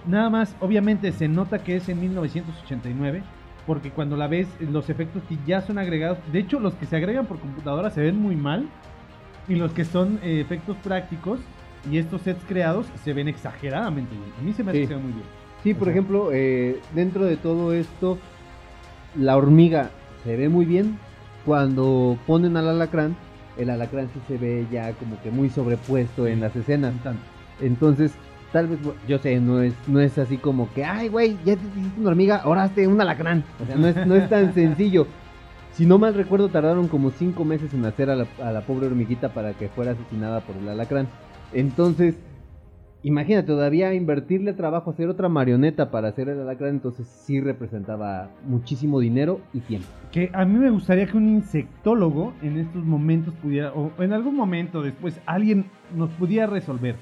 Nada más, obviamente se nota que es en mil novecientos ochenta y nueve, porque cuando la ves, los efectos que ya son agregados, de hecho los que se agregan por computadora se ven muy mal, y los que son eh, efectos prácticos y estos sets creados se ven exageradamente bien. A mí se me hace Sí. que se ve muy bien. Sí, O por sea, ejemplo, eh, dentro de todo esto, la hormiga se ve muy bien. Cuando ponen al alacrán, el alacrán sí se ve ya como que muy sobrepuesto en las escenas. tanto. Entonces, tal vez, bu- yo sé, no es, no es así como que, ay, güey, ya te hiciste una hormiga, ahora hazte un alacrán. O sea, no es, no es tan sencillo. Si no mal recuerdo, tardaron como cinco meses en hacer a la, a la pobre hormiguita para que fuera asesinada por el alacrán. Entonces, imagínate, todavía invertirle trabajo, hacer otra marioneta para hacer el alacrán, entonces sí representaba muchísimo dinero y tiempo. Que a mí me gustaría que un insectólogo en estos momentos pudiera, o en algún momento después, alguien nos pudiera resolver.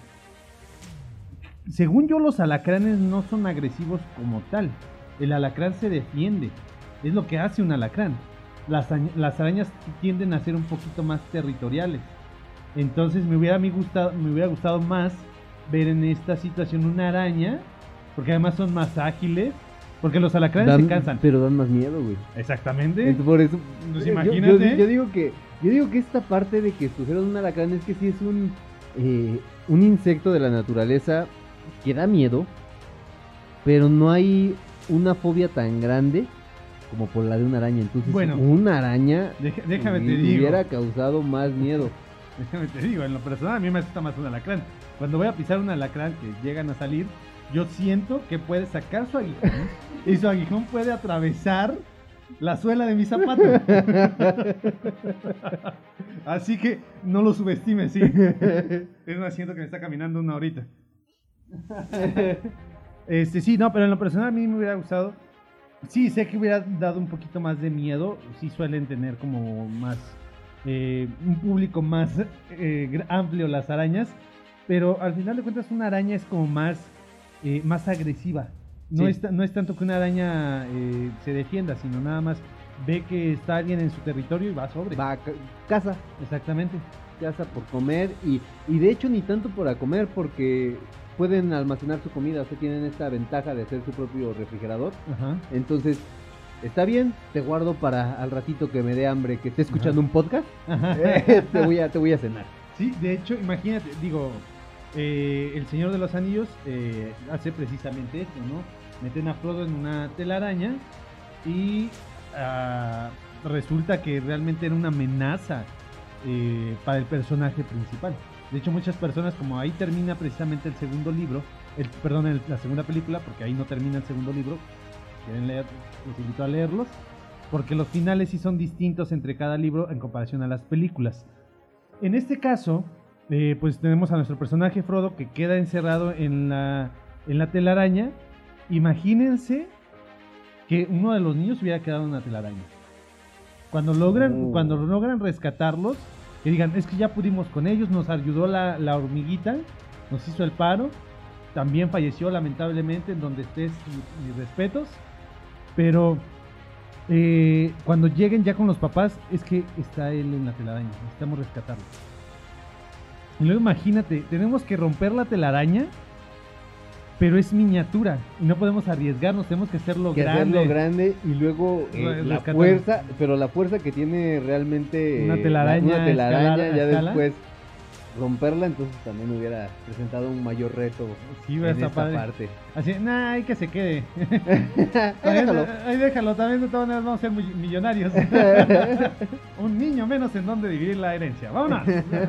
Según yo, los alacranes no son agresivos como tal. El alacrán se defiende. Es lo que hace un alacrán. Las, añ- las arañas tienden a ser un poquito más territoriales. Entonces me hubiera, a mí gustado, me hubiera gustado más ver en esta situación una araña, porque además son más ágiles, porque los alacranes Dan- se cansan. Pero dan más miedo, güey. Exactamente. Entonces, por eso, Pues yo- yo- imagínate. Yo, digo que, yo digo que esta parte de que escogieron un alacrán es que sí es un, eh, un insecto de la naturaleza que da miedo, pero no hay una fobia tan grande como por la de una araña. Entonces, Bueno. una araña Deja- déjame te hubi- digo. hubiera causado más miedo. Déjame te digo, en lo personal a mí me asusta más un alacrán. Cuando voy a pisar un alacrán que llegan a salir, yo siento que puede sacar su aguijón y su aguijón puede atravesar la suela de mi zapato. Así que no lo subestimes, sí. Es más, siento que me está caminando una horita. Este, sí, no, pero en lo personal a mí me hubiera gustado. Sí, sé que hubiera dado un poquito más de miedo. Sí suelen tener como más eh, un público más eh, gr- amplio las arañas, pero al final de cuentas una araña es como más, eh, más agresiva. No, Sí. es, ta- no es tanto que una araña eh, se defienda, sino nada más ve que está alguien en su territorio y va sobre. Va a ca- caza, Exactamente. caza por comer y, y de hecho ni tanto por a comer porque pueden almacenar su comida, o sea, tienen esta ventaja de hacer su propio refrigerador. Ajá. Entonces, está bien, te guardo para al ratito que me dé hambre, que esté escuchando Ajá. un podcast. Ajá. Eh, te voy a te voy a cenar. Sí, de hecho, imagínate, digo, eh, el Señor de los Anillos eh, hace precisamente esto, ¿no? Meten a Frodo en una telaraña y ah, resulta que realmente era una amenaza eh, para el personaje principal. De hecho, muchas personas, como ahí termina precisamente el segundo libro, el, perdón, el- la segunda película, porque ahí no termina el segundo libro, quieren leer, los invito a leerlos, porque los finales sí son distintos entre cada libro en comparación a las películas. En este caso, eh, pues tenemos a nuestro personaje Frodo que queda encerrado en la, en la telaraña. Imagínense que uno de los niños hubiera quedado en una telaraña. Cuando logran, Oh. cuando logran rescatarlos, que digan, es que ya pudimos con ellos, nos ayudó la, la hormiguita, nos hizo el paro, también falleció lamentablemente, en donde estés, mis, mis respetos, pero eh, cuando lleguen ya con los papás, es que está él en la telaraña, necesitamos rescatarlo. Y luego imagínate, tenemos que romper la telaraña, pero es miniatura y no podemos arriesgarnos, tenemos que hacerlo Que grande. hacerlo grande y luego eh, Re- la rescatar. fuerza, pero la fuerza que tiene realmente Una eh, telaraña, una telaraña escalar- ya escala. después romperla, entonces también hubiera presentado un mayor reto Sí, en está esta padre. parte. Así, nah, hay que se quede. Ahí También, déjalo. ahí déjalo, también de todas maneras vamos a ser muy- millonarios. Un niño menos en donde dividir la herencia. ¡Vámonos!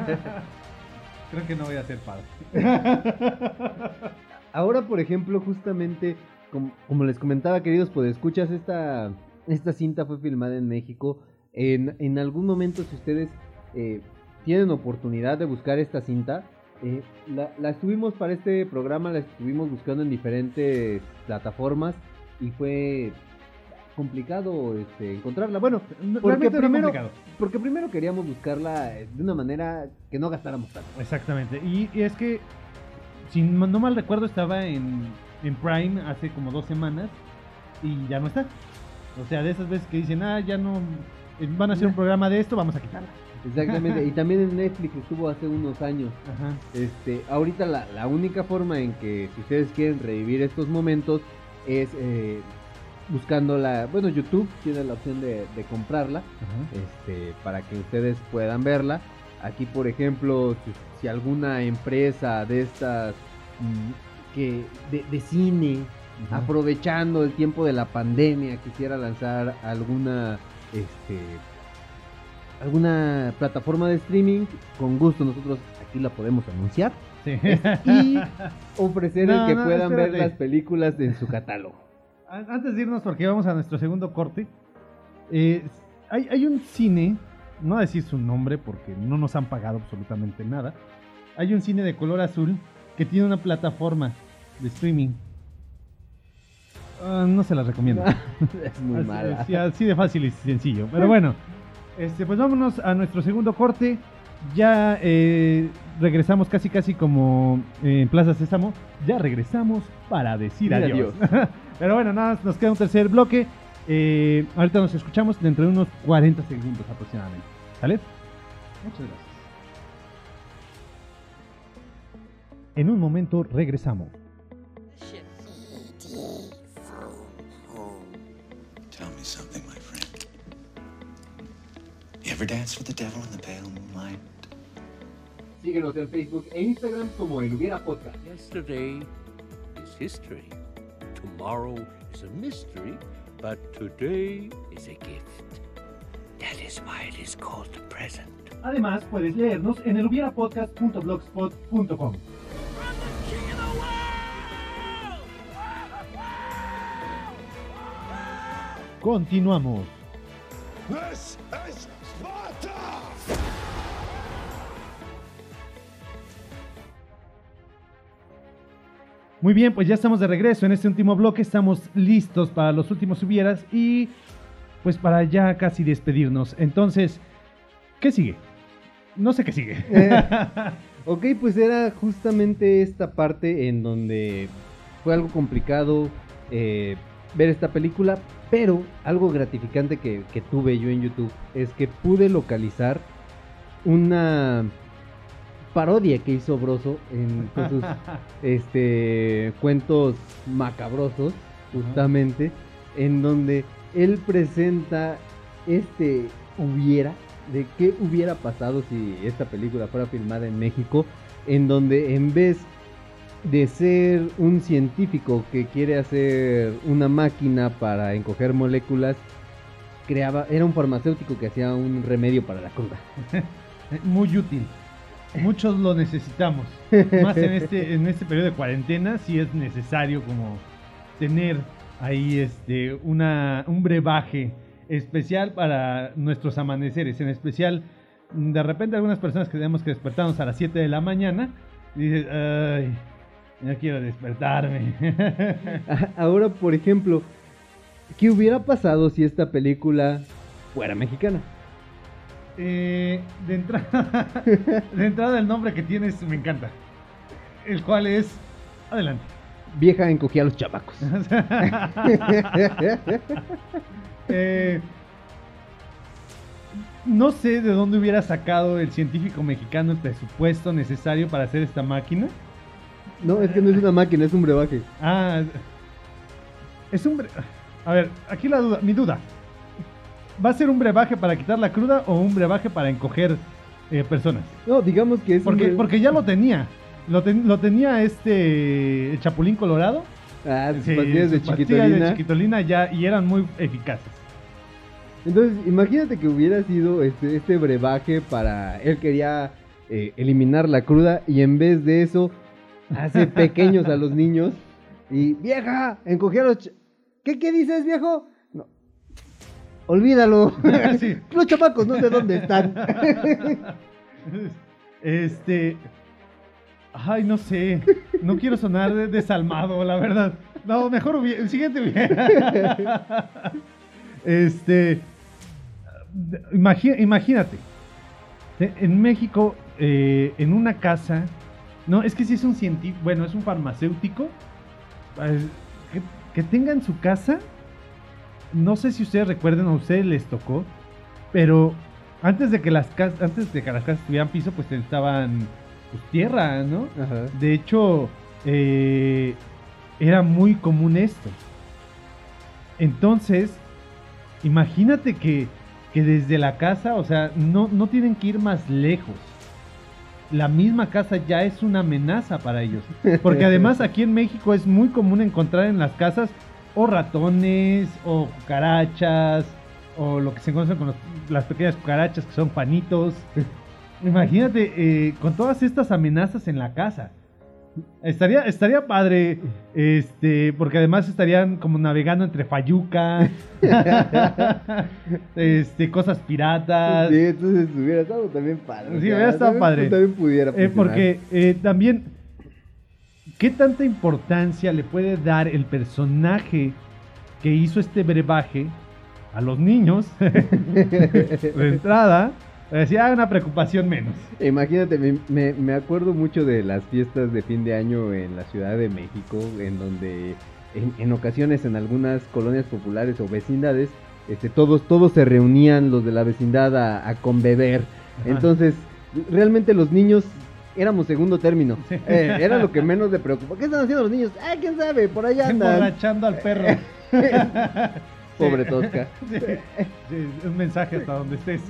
Creo que no voy a ser padre. Ahora, por ejemplo, justamente, como, como les comentaba, queridos, pues escuchas, esta, esta cinta fue filmada en México. En, en algún momento, si ustedes eh, tienen oportunidad de buscar esta cinta, eh, la, la estuvimos para este programa, la estuvimos buscando en diferentes plataformas y fue complicado este, encontrarla. Bueno, porque Realmente no primero, complicado. porque primero queríamos buscarla eh, de una manera que no gastáramos tanto. Exactamente. Y, y es que, si no no mal recuerdo, estaba en, en Prime hace como dos semanas y ya no está. O sea, de esas veces que dicen, ah, ya no, eh, van a hacer un programa de esto, vamos a quitarla. Exactamente, y también en Netflix estuvo hace unos años. Ajá. Este, ahorita la, la única forma en que si ustedes quieren revivir estos momentos es eh, buscando la, bueno, YouTube tiene la opción de, de comprarla, Ajá. este, para que ustedes puedan verla. Aquí, por ejemplo, si, si alguna empresa de estas mm, que de, de cine, Ajá. aprovechando el tiempo de la pandemia, quisiera lanzar alguna, este, alguna plataforma de streaming, con gusto nosotros aquí la podemos anunciar. Sí. Y ofrecer No, el que no, puedan ver espérate. las películas en su catálogo. Antes de irnos, porque vamos a nuestro segundo corte, eh, hay, hay un cine, no voy a decir su nombre porque no nos han pagado absolutamente nada. Hay un cine de color azul que tiene una plataforma de streaming. Ah, no se las recomiendo. Es muy Así- mala. sí, así de fácil y sencillo. Pero bueno, este, pues vámonos a nuestro segundo corte. Ya eh, regresamos casi casi como en Plaza Sésamo. Ya regresamos para decir Decir adiós. Pero bueno, nada, más nos queda un tercer bloque. Eh, ahorita nos escuchamos dentro de unos cuarenta segundos aproximadamente. ¿Sale? Muchas gracias. En un momento regresamos. Tell me something, my friend. You ever dance with the devil in the pale moonlight? Síguenos en Facebook e Instagram como El Hubiera Podcast. Yesterday is history. Tomorrow is a mystery, but today is a gift. That is why it is called the present. Además, puedes leernos en el hubiera podcast punto blogspot punto com. Continuamos. This is Sparta! Muy bien, pues ya estamos de regreso en este último bloque. Estamos listos para los últimos hubieras y pues para ya casi despedirnos. Entonces, ¿qué sigue? No sé qué sigue. Eh, ok, pues era justamente esta parte en donde fue algo complicado eh, ver esta película, pero algo gratificante que, que tuve yo en YouTube es que pude localizar una parodia que hizo Broso en con sus este, cuentos macabrosos, justamente, en donde él presenta este hubiera, de qué hubiera pasado si esta película fuera filmada en México, en donde en vez de ser un científico que quiere hacer una máquina para encoger moléculas, creaba, era un farmacéutico que hacía un remedio para la cruda. Muy útil. Muchos lo necesitamos. Más en este, en este periodo de cuarentena, sí es necesario como tener ahí este una un brebaje especial para nuestros amaneceres. En especial, de repente algunas personas que tenemos que despertarnos a las siete de la mañana y dices, ay, no quiero despertarme. Ahora, por ejemplo, ¿qué hubiera pasado si esta película fuera mexicana? Eh, de entrada, de entrada el nombre que tienes me encanta. El cual es, adelante. Vieja encogía a los chavacos. eh, no sé de dónde hubiera sacado el científico mexicano el presupuesto necesario para hacer esta máquina. No, es que no es una máquina, es un brebaje. Ah, es un bre... A ver, aquí la duda, mi duda. ¿Va a ser un brebaje para quitar la cruda o un brebaje para encoger eh, personas? No, digamos que es Porque, un bre- porque ya lo tenía. Lo, ten- lo tenía este el Chapulín Colorado. Ah, sus Sí, pastillas de sus pastillas chiquitolina. de chiquitolina ya y eran muy eficaces. Entonces, imagínate que hubiera sido este, este brebaje para... Él quería eh, eliminar la cruda y en vez de eso hace pequeños a los niños y... ¡Vieja! Encogía a los... ch- ¿Qué, qué dices, viejo? No. Olvídalo. Sí. Los chamacos no sé dónde están. Este... Ay, no sé. No quiero sonar de- desalmado, la verdad. No, mejor hubiera... El siguiente hubiera... Este... imagi- imagínate. eh, En México, eh, en una casa... No, es que si es un científico... Bueno, es un farmacéutico. eh, que, que tenga en su casa... No sé si ustedes recuerden o a ustedes les tocó... Pero antes de que las casas, antes de que las casas tuvieran piso, pues estaban pues, tierra, ¿no? Ajá. De hecho, eh, era muy común esto. Entonces, imagínate que, que desde la casa, o sea, no, no tienen que ir más lejos. La misma casa ya es una amenaza para ellos. Porque además aquí en México es muy común encontrar en las casas o ratones, o cucarachas, o lo que se conoce con los- las pequeñas cucarachas que son panitos. Imagínate, eh, con todas estas amenazas en la casa. Estaría, estaría padre, este, porque además estarían como navegando entre Fayuca, este, cosas piratas. Sí, entonces hubiera estado también padre. Sí, hubiera estado también- padre. También pudiera Eh, funcionar. porque eh, también, ¿qué tanta importancia le puede dar el personaje que hizo este brebaje a los niños? De entrada, decía una preocupación menos. Imagínate, me, me, me acuerdo mucho de las fiestas de fin de año en la Ciudad de México, en donde en, en ocasiones en algunas colonias populares o vecindades, este, todos, todos se reunían los de la vecindad a, a conbeber. Ajá. Entonces, realmente los niños éramos segundo término. Sí. Eh, era lo que menos le preocupa. ¿Qué están haciendo los niños? Ah, quién sabe, por allá andan. Emborrachando al perro. Pobre Tosca. Sí, sí, un mensaje hasta donde estés.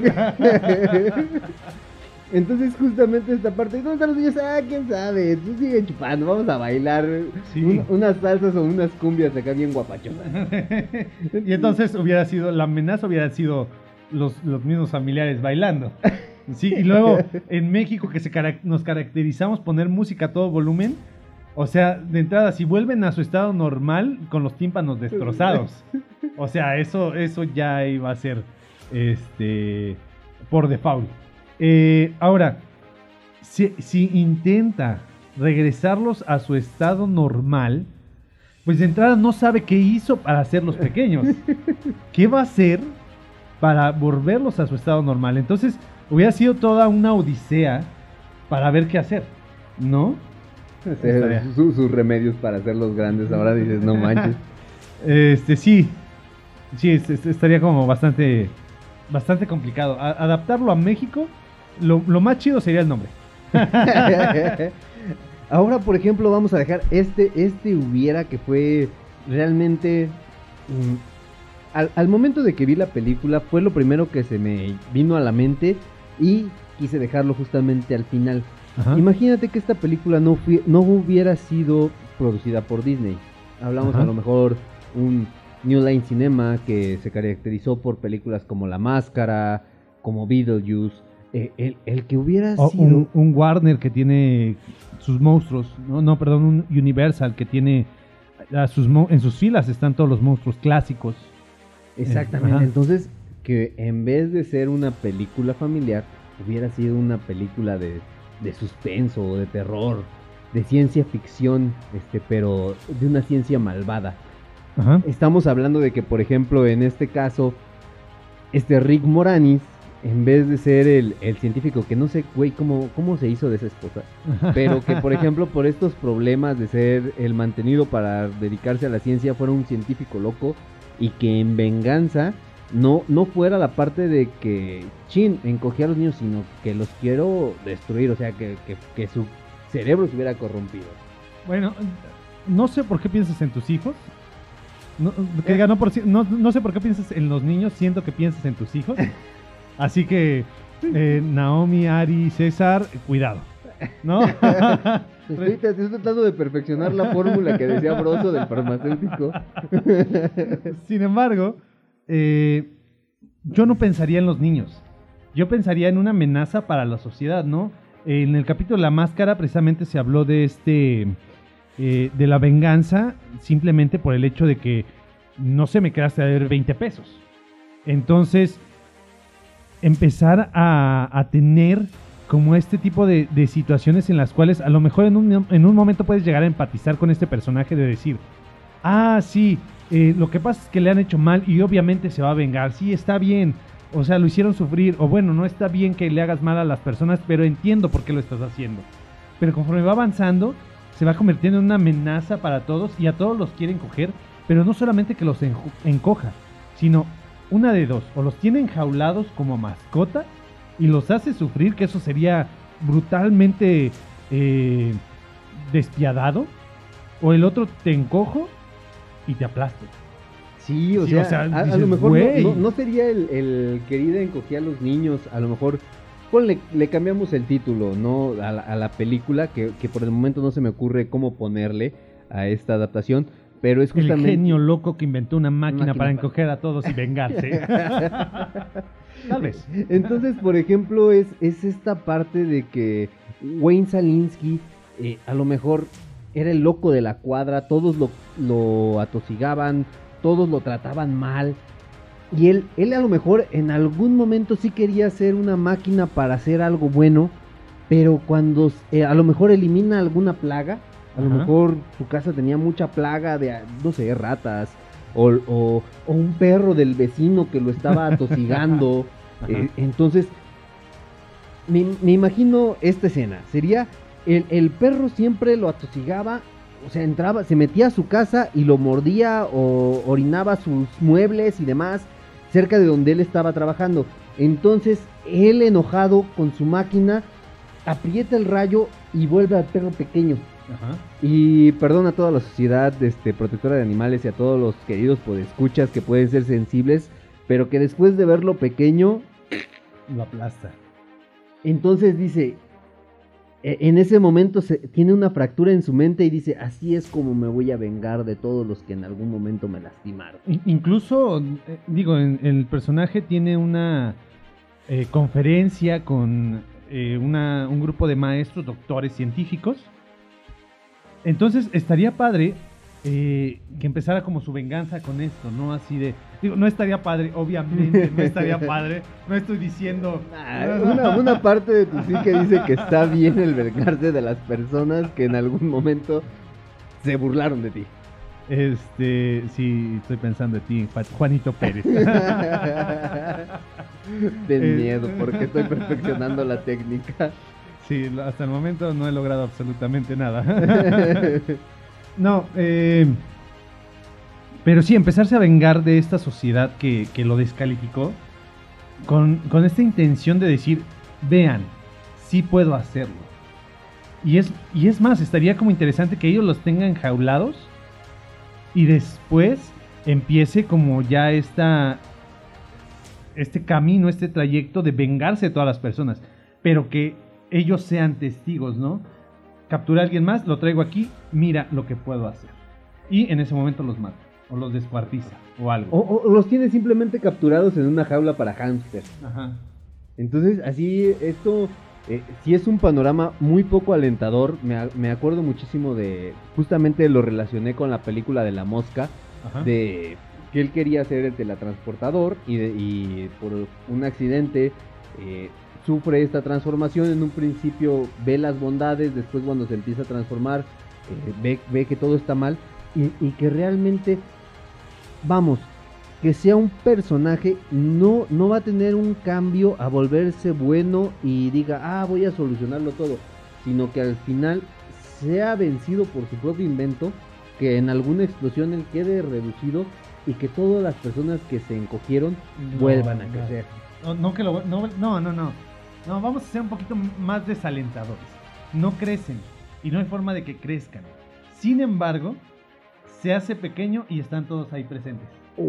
Entonces justamente esta parte, ¿dónde están los niños? Ah, quién sabe, tú sigue chupando, vamos a bailar Sí. un- unas salsas o unas cumbias acá bien guapachosas. Y entonces hubiera sido, la amenaza hubiera sido los, los mismos familiares bailando. Sí, y luego en México que se carac- nos caracterizamos poner música a todo volumen. O sea, de entrada, si vuelven a su estado normal con los tímpanos destrozados. O sea, eso, eso ya iba a ser este por default. Eh, ahora, si, si intenta regresarlos a su estado normal, pues de entrada no sabe qué hizo para hacerlos pequeños. ¿Qué va a hacer para volverlos a su estado normal? Entonces, hubiera sido toda una odisea para ver qué hacer, ¿no? Hacer su- sus remedios para hacerlos grandes, ahora dices, no manches. Este, sí. Sí, es- es- estaría como bastante bastante complicado. A- adaptarlo a México, lo, lo más chido sería el nombre. Ahora, por ejemplo, vamos a dejar este, este hubiera que fue realmente... mm, al, al momento de que vi la película fue lo primero que se me vino a la mente y quise dejarlo justamente al final. Ajá. Imagínate que esta película no, fui- no hubiera sido producida por Disney. Hablamos Ajá. a lo mejor un New Line Cinema que se caracterizó por películas como La Máscara, como Beetlejuice. Eh, el, el que hubiera O sido... un, un Warner que tiene sus monstruos. No, no, perdón, un Universal que tiene a sus mo- en sus filas están todos los monstruos clásicos. Exactamente, Ajá. entonces que en vez de ser una película familiar, hubiera sido una película de, de suspenso o de terror, de ciencia ficción, este, pero de una ciencia malvada. Ajá. Estamos hablando de que, por ejemplo, en este caso, este Rick Moranis, en vez de ser el, el científico, que no sé, güey, cómo, cómo se hizo de esa esposa, pero que, por ejemplo, por estos problemas de ser el mantenido para dedicarse a la ciencia, fuera un científico loco y que en venganza no, no fuera la parte de que, chin, encogí a los niños, sino que los quiero destruir, o sea, que, que, que su cerebro se hubiera corrompido. Bueno, no sé por qué piensas en tus hijos. No, que diga, no, por, si- no, no sé por qué piensas en los niños, siento que piensas en tus hijos. Así que, eh, Naomi, Ari, César, cuidado. ¿No? Estoy, te- estoy tratando de perfeccionar la fórmula que decía Broso del farmacéutico. Sin embargo, eh, yo no pensaría en los niños. Yo pensaría en una amenaza para la sociedad, ¿no? En el capítulo La Máscara precisamente se habló de este, eh, de la venganza, simplemente por el hecho de que no se me quedaste a ver veinte pesos. Entonces, empezar a, a tener como este tipo de, de situaciones en las cuales a lo mejor en un, en un momento puedes llegar a empatizar con este personaje de decir, ah, sí, eh, lo que pasa es que le han hecho mal y obviamente se va a vengar, sí, está bien, o sea, lo hicieron sufrir, o bueno, no está bien que le hagas mal a las personas, pero entiendo por qué lo estás haciendo. Pero conforme va avanzando, se va convirtiendo en una amenaza para todos y a todos los quieren coger, pero no solamente que los enju- encoja, sino una de dos, o los tiene enjaulados como mascota, y los hace sufrir, que eso sería brutalmente eh, despiadado, o el otro te encojo y te aplasto. Sí, o Sí, sea, o sea, a, a dices, lo mejor no, "Güey". no- no sería el, el querido encogía a los niños, a lo mejor ponle, le cambiamos el título, ¿no? A la, a la película, que, que por el momento no se me ocurre cómo ponerle a esta adaptación, pero es El justamente... genio loco que inventó una máquina, Máquina para para- encoger a todos y vengarse. Tal vez. Entonces, por ejemplo, es, es esta parte de que Wayne Szalinski eh, a lo mejor era el loco de la cuadra, todos lo, lo atosigaban, todos lo trataban mal. Y él, él a lo mejor en algún momento sí quería ser una máquina para hacer algo bueno, pero cuando eh, a lo mejor elimina alguna plaga, a lo Ajá. mejor su casa tenía mucha plaga de, no sé, ratas, o, o, o un perro del vecino que lo estaba atosigando. eh, entonces, me, me imagino esta escena, sería el, el perro siempre lo atosigaba, o sea, entraba, se metía a su casa y lo mordía o orinaba sus muebles y demás cerca de donde él estaba trabajando. Entonces, él enojado con su máquina, aprieta el rayo y vuelve al perro pequeño. Ajá. Y perdón a toda la sociedad este, protectora de animales y a todos los queridos podescuchas que pueden ser sensibles, pero que después de verlo pequeño, Lo aplasta. entonces dice, e- en ese momento se, tiene una fractura en su mente y dice, así es como me voy a vengar de todos los que en algún momento me lastimaron. In- Incluso, eh, digo, en- el personaje tiene una eh, conferencia con eh, una, un grupo de maestros, doctores, científicos. Entonces estaría padre eh, que empezara como su venganza con esto, ¿no? Así de... Digo, no estaría padre, obviamente, no estaría padre. No estoy diciendo... Ah, una, una parte de tu sí que dice que está bien el vengarse de las personas que en algún momento se burlaron de ti. Este, sí, estoy pensando en ti, Ju- Juanito Pérez. Ten Eh. miedo porque estoy perfeccionando la técnica. Sí, lo- hasta el momento no he logrado absolutamente nada. No, eh, pero sí, empezarse a vengar de esta sociedad que, que lo descalificó con, con esta intención de decir, vean, sí puedo hacerlo. Y es, y es más, estaría como interesante que ellos los tengan jaulados y después empiece como ya esta, este camino, este trayecto de vengarse de todas las personas, pero que ellos sean testigos, ¿no? Captura a alguien más, lo traigo aquí, mira lo que puedo hacer. Y en ese momento los mata, o los descuartiza, o algo. O, o los tiene simplemente capturados en una jaula para hámster. Ajá. Entonces, así, esto eh, sí es un panorama muy poco alentador. Me, a- me acuerdo muchísimo de, justamente lo relacioné con la película de La Mosca, Ajá. de que él quería ser el teletransportador y, de- y por un accidente eh, sufre esta transformación. En un principio ve las bondades, después cuando se empieza a transformar eh, ve, ve que todo está mal y, y que realmente, vamos, que sea un personaje no, no va a tener un cambio a volverse bueno y diga, ah, voy a solucionarlo todo, sino que al final sea vencido por su propio invento, que en alguna explosión él quede reducido y que todas las personas que se encogieron No, vuelvan a no. crecer. No, no, que lo, no, no, no, no. No, vamos a ser un poquito más desalentadores. No crecen y no hay forma de que crezcan. Sin embargo, se hace pequeño y están todos ahí presentes.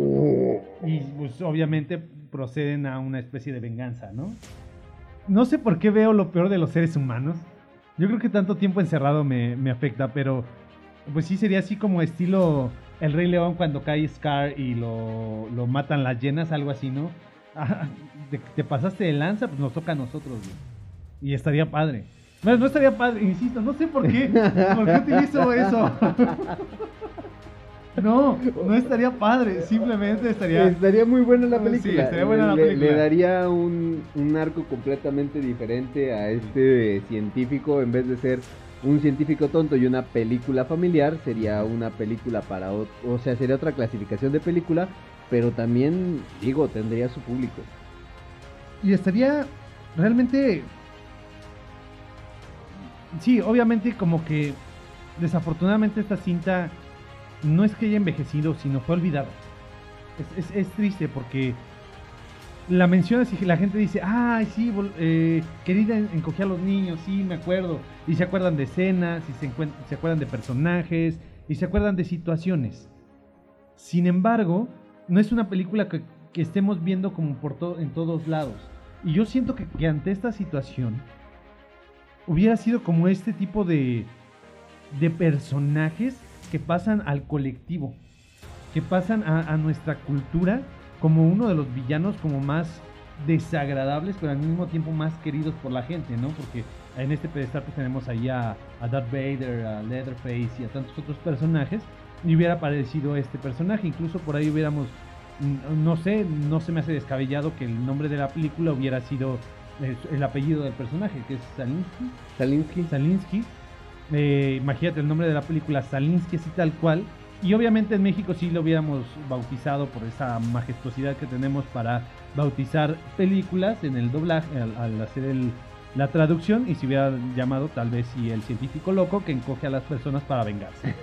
Y pues obviamente proceden a una especie de venganza, ¿no? No sé por qué veo lo peor de los seres humanos. Yo creo que tanto tiempo encerrado me, me afecta, pero pues sí sería así como estilo El Rey León cuando cae Scar y lo, lo matan las llenas, algo así, ¿no? Ah, te, te pasaste de lanza, pues nos toca a nosotros, güey. Y estaría padre. Bueno, no estaría padre, insisto, no sé por qué. ¿Por qué utilizo eso? No, no estaría padre, simplemente estaría... Estaría muy buena la Sí, película. estaría buena la le, película. le daría un, un arco completamente diferente a este científico. En vez de ser un científico tonto y una película familiar, sería una película para... O, o sea, sería otra clasificación de película, pero también, digo, tendría su público. Y estaría realmente... Sí, obviamente como que desafortunadamente esta cinta no es que haya envejecido, sino fue olvidada. Es, es, es triste porque la mencionas y la gente dice, ay, sí, vol- eh, querida en- encogía a los niños, sí, me acuerdo. Y se acuerdan de escenas, y se, encuent- se acuerdan de personajes, y se acuerdan de situaciones. Sin embargo, no es una película que, que estemos viendo como por to- en todos lados. Y yo siento que, que ante esta situación hubiera sido como este tipo de, de personajes que pasan al colectivo, que pasan a, a nuestra cultura como uno de los villanos como más desagradables, pero al mismo tiempo más queridos por la gente, ¿no? Porque en este pedestal pues tenemos ahí a, a Darth Vader, a Leatherface y a tantos otros personajes, y hubiera aparecido este personaje, incluso por ahí hubiéramos, mm, no sé, no se me hace descabellado que el nombre de la película hubiera sido eh, el apellido del personaje, que es Salinsky. Salinsky. Salinsky. Eh, imagínate el nombre de la película, Salinsky así tal cual. Y obviamente en México sí lo hubiéramos bautizado por esa majestuosidad que tenemos para bautizar películas en el doblaje, al, al hacer el, la traducción, y se hubiera llamado tal vez sí el científico loco que encoge a las personas para vengarse.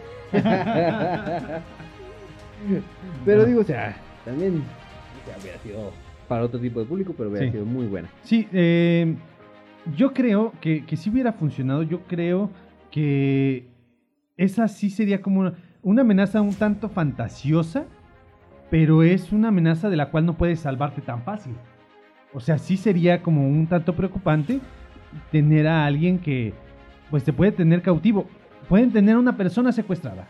Pero digo, o sea, también o sea, hubiera sido para otro tipo de público, pero hubiera Sí. sido muy buena. Sí, eh, yo creo que, que sí hubiera funcionado. Yo creo que esa sí sería como una, una amenaza un tanto fantasiosa, pero es una amenaza de la cual no puedes salvarte tan fácil. O sea, sí sería como un tanto preocupante tener a alguien que pues te puede tener cautivo. Pueden tener a una persona secuestrada,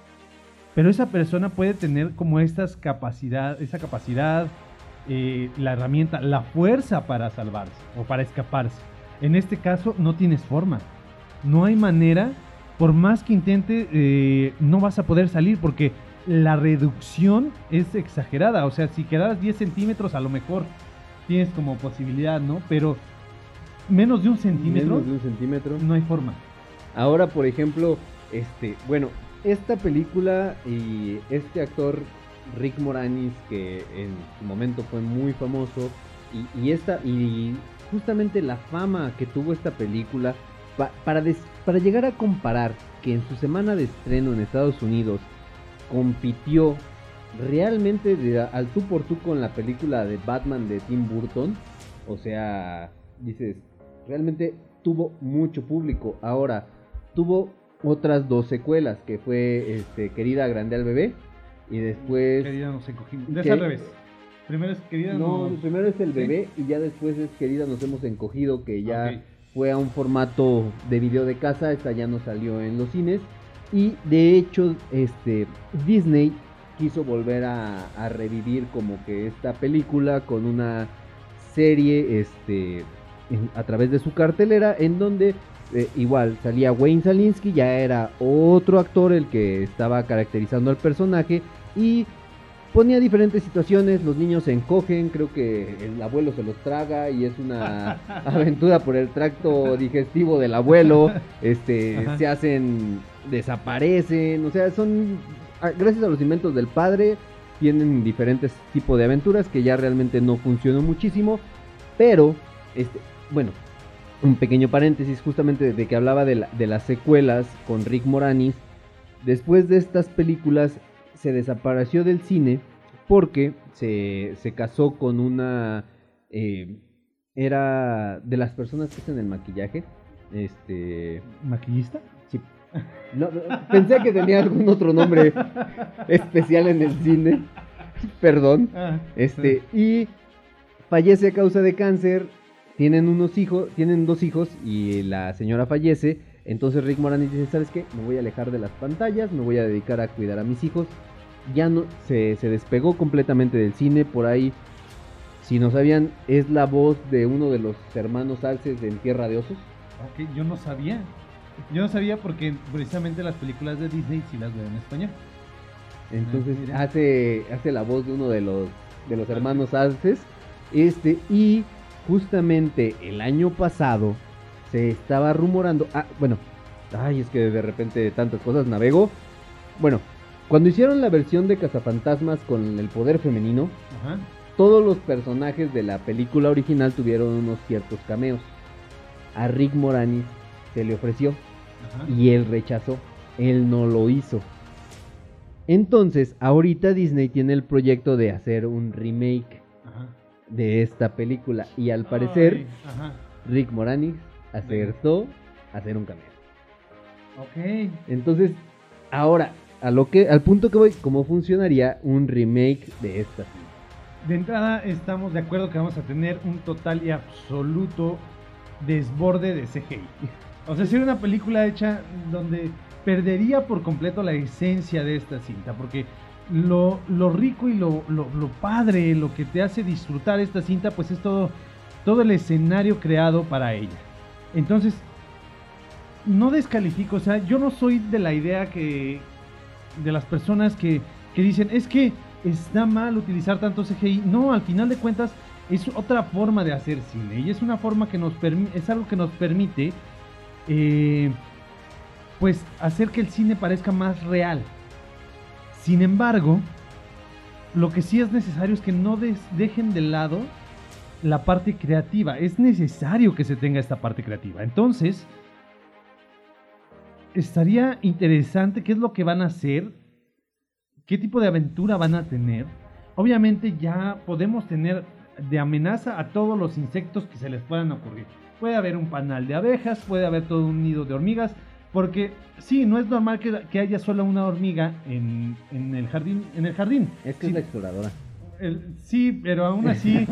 pero esa persona puede tener como estas capacidad, esa capacidad, eh, la herramienta, la fuerza para salvarse o para escaparse. En este caso no tienes forma, no hay manera, por más que intente, eh, no vas a poder salir porque la reducción es exagerada. O sea, si quedaras diez centímetros a lo mejor tienes como posibilidad, ¿no? Pero menos de un centímetro, Menos de un centímetro. no hay forma. Ahora, por ejemplo, este, bueno, esta película y este actor Rick Moranis, que en su momento fue muy famoso, y, y esta y justamente la fama que tuvo esta película, pa- para, des- para llegar a comparar que en su semana de estreno en Estados Unidos compitió realmente de, al tú por tú con la película de Batman de Tim Burton, o sea, dices, realmente tuvo mucho público. Ahora, tuvo otras dos secuelas, que fue este, Querida Grande al Bebé, y después... Querida nos encogimos. Es ¿Qué? al revés. Primero es Querida No, nos... primero es el ¿Sí? bebé y ya después es Querida Nos Hemos Encogido, que ya Ok. fue a un formato de video de casa. Esta ya no salió en los cines. Y de hecho, este Disney quiso volver a, a revivir como que esta película con una serie este en- a través de su cartelera, en donde eh, igual salía Wayne Salinsky, ya era otro actor el que estaba caracterizando al personaje, y ponía diferentes situaciones. Los niños se encogen, creo que el abuelo se los traga y es una aventura por el tracto digestivo del abuelo. Este, Ajá. se hacen, desaparecen, o sea, son a- gracias a los inventos del padre tienen diferentes tipos de aventuras que ya realmente no funcionó muchísimo, pero este, bueno, un pequeño paréntesis justamente de que hablaba de, la- de las secuelas con Rick Moranis. Después de estas películas se desapareció del cine porque se, se casó con una... eh, era de las personas que hacen el maquillaje. Este... ¿Maquillista? Sí. No, no, pensé que tenía algún otro nombre especial en el cine. Perdón. Ah, Este, y fallece a causa de cáncer. Tienen unos hijos, tienen dos hijos y la señora fallece. Entonces Rick Moranis dice, ¿sabes qué? Me voy a alejar de las pantallas, me voy a dedicar a cuidar a mis hijos. Ya no, se, se despegó completamente del cine. Por ahí, si no sabían, es la voz de uno de los hermanos Alces en Tierra de Osos. Ok, yo no sabía. Yo no sabía porque precisamente las películas de Disney sí las veo en español. Entonces Ah, mira. hace, hace la voz de uno de los, de los hermanos Alces. Este, y justamente el año pasado se estaba rumorando. Ah, bueno, ay, es que de repente tantas cosas navego. Bueno, cuando hicieron la versión de Cazafantasmas con el poder femenino, Ajá. todos los personajes de la película original tuvieron unos ciertos cameos. A Rick Moranis se le ofreció Ajá. y él rechazó. Él no lo hizo. Entonces, ahorita Disney tiene el proyecto de hacer un remake. Ajá. de esta película. Y al parecer, Ay, ajá. Rick Moranis acertó a hacer un cameo. Ok. Entonces, ahora, a lo que, al punto que voy, ¿cómo funcionaría un remake de esta cinta? De entrada estamos de acuerdo que vamos a tener un total y absoluto desborde de C G I. O sea, sería una película hecha donde perdería por completo la esencia de esta cinta, porque lo, lo rico y lo, lo, lo padre, lo que te hace disfrutar esta cinta, pues es todo, todo el escenario creado para ella. Entonces, no descalifico, o sea, yo no soy de la idea que de las personas que, que dicen, es que está mal utilizar tanto C G I. No, al final de cuentas es otra forma de hacer cine y es una forma que nos permite, es algo que nos permite eh, pues hacer que el cine parezca más real. Sin embargo, lo que sí es necesario es que no des, dejen de lado la parte creativa. Es necesario que se tenga esta parte creativa. Entonces, estaría interesante qué es lo que van a hacer, qué tipo de aventura van a tener. Obviamente ya podemos tener de amenaza a todos los insectos que se les puedan ocurrir. Puede haber un panal de abejas, puede haber todo un nido de hormigas, porque sí, no es normal que, que haya solo una hormiga en, en el jardín. En el jardín. Es que sí, es la exploradora. El, sí, pero aún así,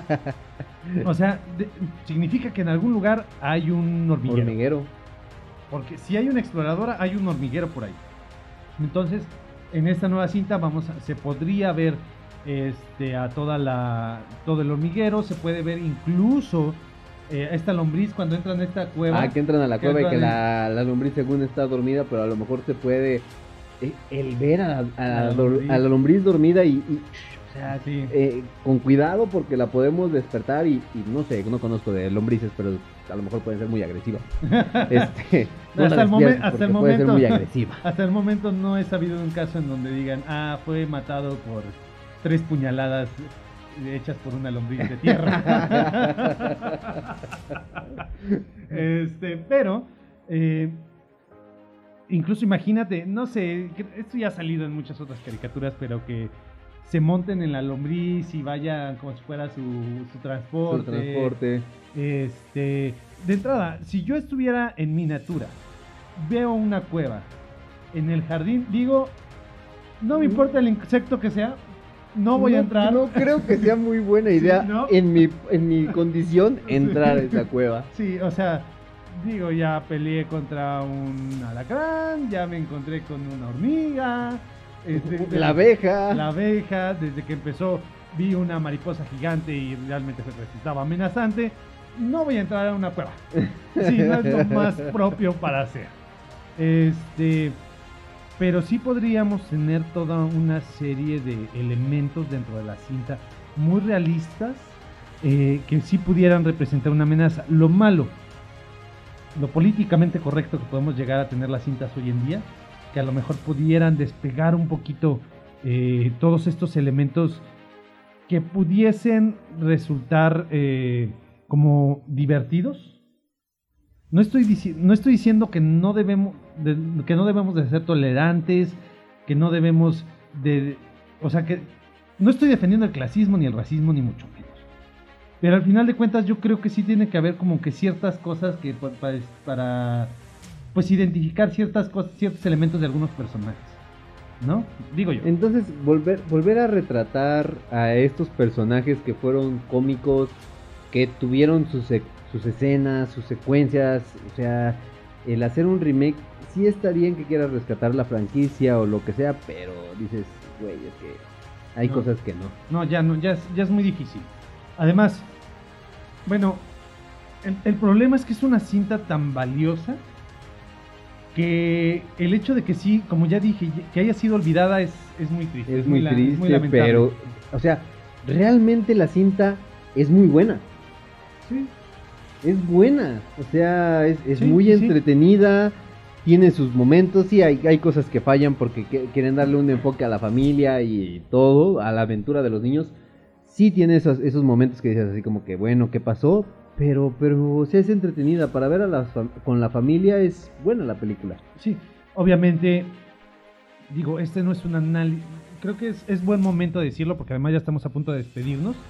o sea, de, significa que en algún lugar hay un hormiguero. Hormiguero. Porque si hay una exploradora, hay un hormiguero por ahí. Entonces, en esta nueva cinta vamos a, se podría ver este a toda la todo el hormiguero, se puede ver incluso eh, esta lombriz cuando entran a esta cueva. Ah, que entran a la que cueva y que en... la, la lombriz según está dormida, pero a lo mejor se puede eh, el ver a la, a la, la lombriz. a la lombriz dormida y, y o sea, sí. eh, con cuidado porque la podemos despertar y, y no sé, no conozco de lombrices, pero a lo mejor pueden ser muy agresivas. Este, no hasta el, momen, hasta el puede momento ser muy agresiva. Hasta el momento no he sabido de un caso en donde digan, ah, fue matado por tres puñaladas hechas por una lombriz de tierra. este, pero eh, incluso imagínate, no sé, esto ya ha salido en muchas otras caricaturas, pero que se monten en la lombriz y vayan como si fuera su, su transporte. Su transporte. Este, de entrada, si yo estuviera en miniatura, veo una cueva en el jardín, digo, no me importa el insecto que sea, no voy no, a entrar. No creo que sea muy buena idea sí, ¿no? en mi en mi condición entrar a esa cueva. Sí, o sea, digo, ya peleé contra un alacrán, ya me encontré con una hormiga. Este, la abeja. La abeja, desde que empezó vi una mariposa gigante y realmente se resultaba amenazante. No voy a entrar a una cueva. Sí, no es lo más propio para hacer. Este, pero sí podríamos tener toda una serie de elementos dentro de la cinta muy realistas eh, que sí pudieran representar una amenaza. Lo malo, lo políticamente correcto que podemos llegar a tener las cintas hoy en día, que a lo mejor pudieran despegar un poquito eh, todos estos elementos que pudiesen resultar eh, como divertidos. No estoy, dici- no estoy diciendo que no debemos de, que no debemos de ser tolerantes, que no debemos de, o sea que no estoy defendiendo el clasismo ni el racismo ni mucho menos. Pero al final de cuentas yo creo que sí tiene que haber como que ciertas cosas que para, para pues identificar ciertas cosas, ciertos elementos de algunos personajes, ¿no? Digo yo. Entonces, volver, volver a retratar a estos personajes que fueron cómicos, que tuvieron sus, sus escenas, sus secuencias, o sea, el hacer un remake, sí está bien que quieras rescatar la franquicia o lo que sea, pero dices, güey, es que hay no. cosas que no. No, ya no, ya es, ya es muy difícil. Además, bueno, el, el problema es que es una cinta tan valiosa que el hecho de que sí, como ya dije, que haya sido olvidada es, es muy triste. Es, es muy la, triste, es muy lamentable. pero, o sea, realmente la cinta es muy buena. Sí. Es buena, o sea, es, es Sí, muy sí. entretenida, tiene sus momentos, sí, hay, hay cosas que fallan porque que, quieren darle un enfoque a la familia y todo, a la aventura de los niños. Sí tiene esos, esos momentos que dices así como que, bueno, ¿qué pasó? Pero, pero, o sea, es entretenida. Para ver a la fam- con la familia es buena la película. Sí, obviamente, digo, este no es un análisis, creo que es, es buen momento de decirlo porque además ya estamos a punto de despedirnos.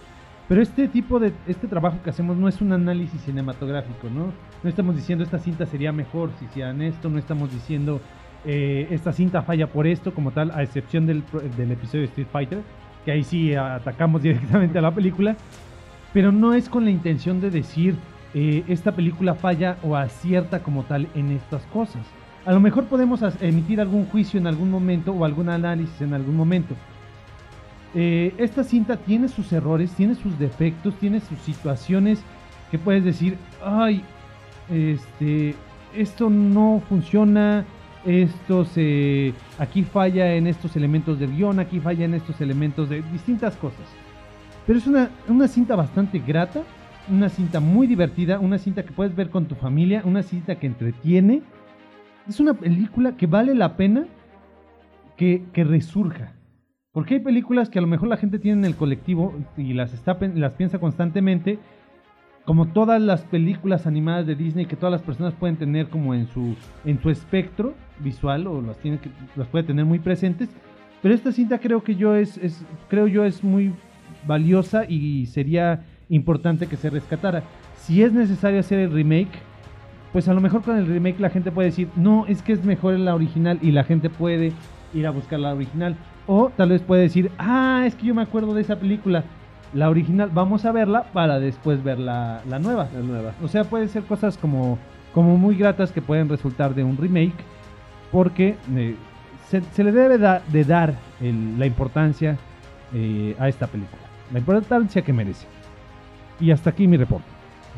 Pero este tipo de, este trabajo que hacemos no es un análisis cinematográfico, ¿no? No estamos diciendo esta cinta sería mejor si hicieran esto, no estamos diciendo eh, esta cinta falla por esto como tal, a excepción del, del episodio de Street Fighter, que ahí sí atacamos directamente a la película, pero no es con la intención de decir eh, esta película falla o acierta como tal en estas cosas. A lo mejor podemos emitir algún juicio en algún momento o algún análisis en algún momento. Eh, esta cinta tiene sus errores, tiene sus defectos, tiene sus situaciones que puedes decir, ay, este, esto no funciona, esto se, aquí falla en estos elementos de guión, aquí falla en estos elementos de distintas cosas. Pero es una, una cinta bastante grata, una cinta muy divertida, una cinta que puedes ver con tu familia, una cinta que entretiene. Es una película que vale la pena que, que resurja. Porque hay películas que a lo mejor la gente tiene en el colectivo y las, está, las piensa constantemente, como todas las películas animadas de Disney que todas las personas pueden tener como en su, en su espectro visual o las, tiene que, las puede tener muy presentes. Pero esta cinta creo que yo es, es, creo yo es muy valiosa y sería importante que se rescatara. Si es necesario hacer el remake, pues a lo mejor con el remake la gente puede decir, no, es que es mejor la original y la gente puede ir a buscar la original. O tal vez puede decir, ah, es que yo me acuerdo de esa película, la original, vamos a verla para después ver la, la nueva. La nueva. O sea, pueden ser cosas como, como muy gratas que pueden resultar de un remake, porque eh, se, se le debe da, de dar el, la importancia eh, a esta película, la importancia que merece. Y hasta aquí mi reporte.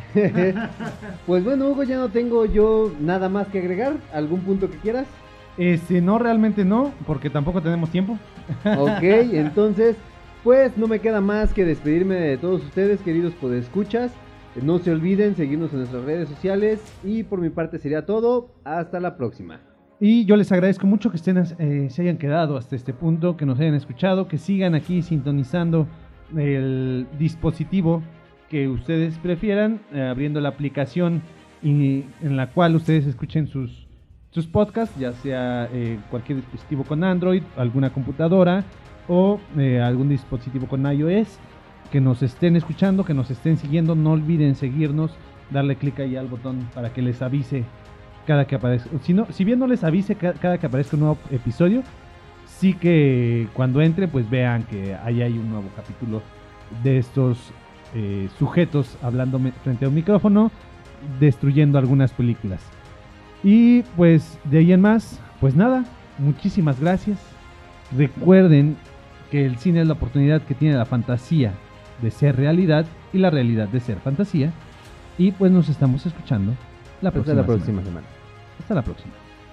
Pues bueno, Hugo, ya no tengo yo nada más que agregar. ¿Algún punto que quieras? Este, no, realmente no, porque tampoco tenemos tiempo. Ok, entonces, pues no me queda más que despedirme de todos ustedes, queridos podescuchas. No se olviden seguirnos en nuestras redes sociales. Y por mi parte sería todo. Hasta la próxima. Y yo les agradezco mucho que estén, eh, se hayan quedado hasta este punto, que nos hayan escuchado, que sigan aquí sintonizando el dispositivo que ustedes prefieran, eh, abriendo la aplicación y, en la cual ustedes escuchen sus sus podcasts, ya sea eh, cualquier dispositivo con Android, alguna computadora o eh, algún dispositivo con iOS, que nos estén escuchando, que nos estén siguiendo. No olviden seguirnos, darle clic ahí al botón para que les avise cada que aparezca. Si, no, si bien no les avise ca cada que aparezca un nuevo episodio, sí que cuando entre pues vean que ahí hay un nuevo capítulo de estos eh, sujetos hablando frente a un micrófono, destruyendo algunas películas. Y pues de ahí en más, pues nada, muchísimas gracias. Recuerden que el cine es la oportunidad que tiene la fantasía de ser realidad y la realidad de ser fantasía. Y pues nos estamos escuchando la próxima, Hasta la próxima semana. semana. Hasta la próxima.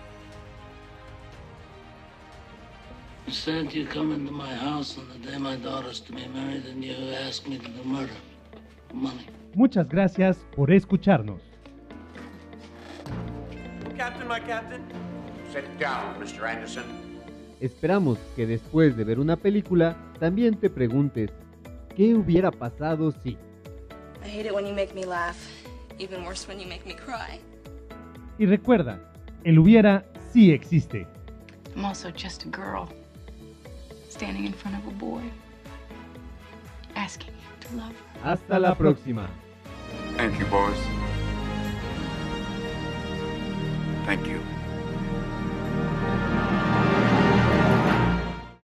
You said you come into my house on the day my daughter's to be married and you asked me to do murder for money. Muchas gracias por escucharnos. Captain, my captain. Sit down, mister Anderson. Esperamos que después de ver una película también te preguntes ¿qué hubiera pasado si? I hate it when you make me laugh. Even worse when you make me cry. Y recuerda, el hubiera sí existe. I'm also just a girl standing in front of a boy asking him to love her. Hasta la próxima. Thank you, boys. Thank you.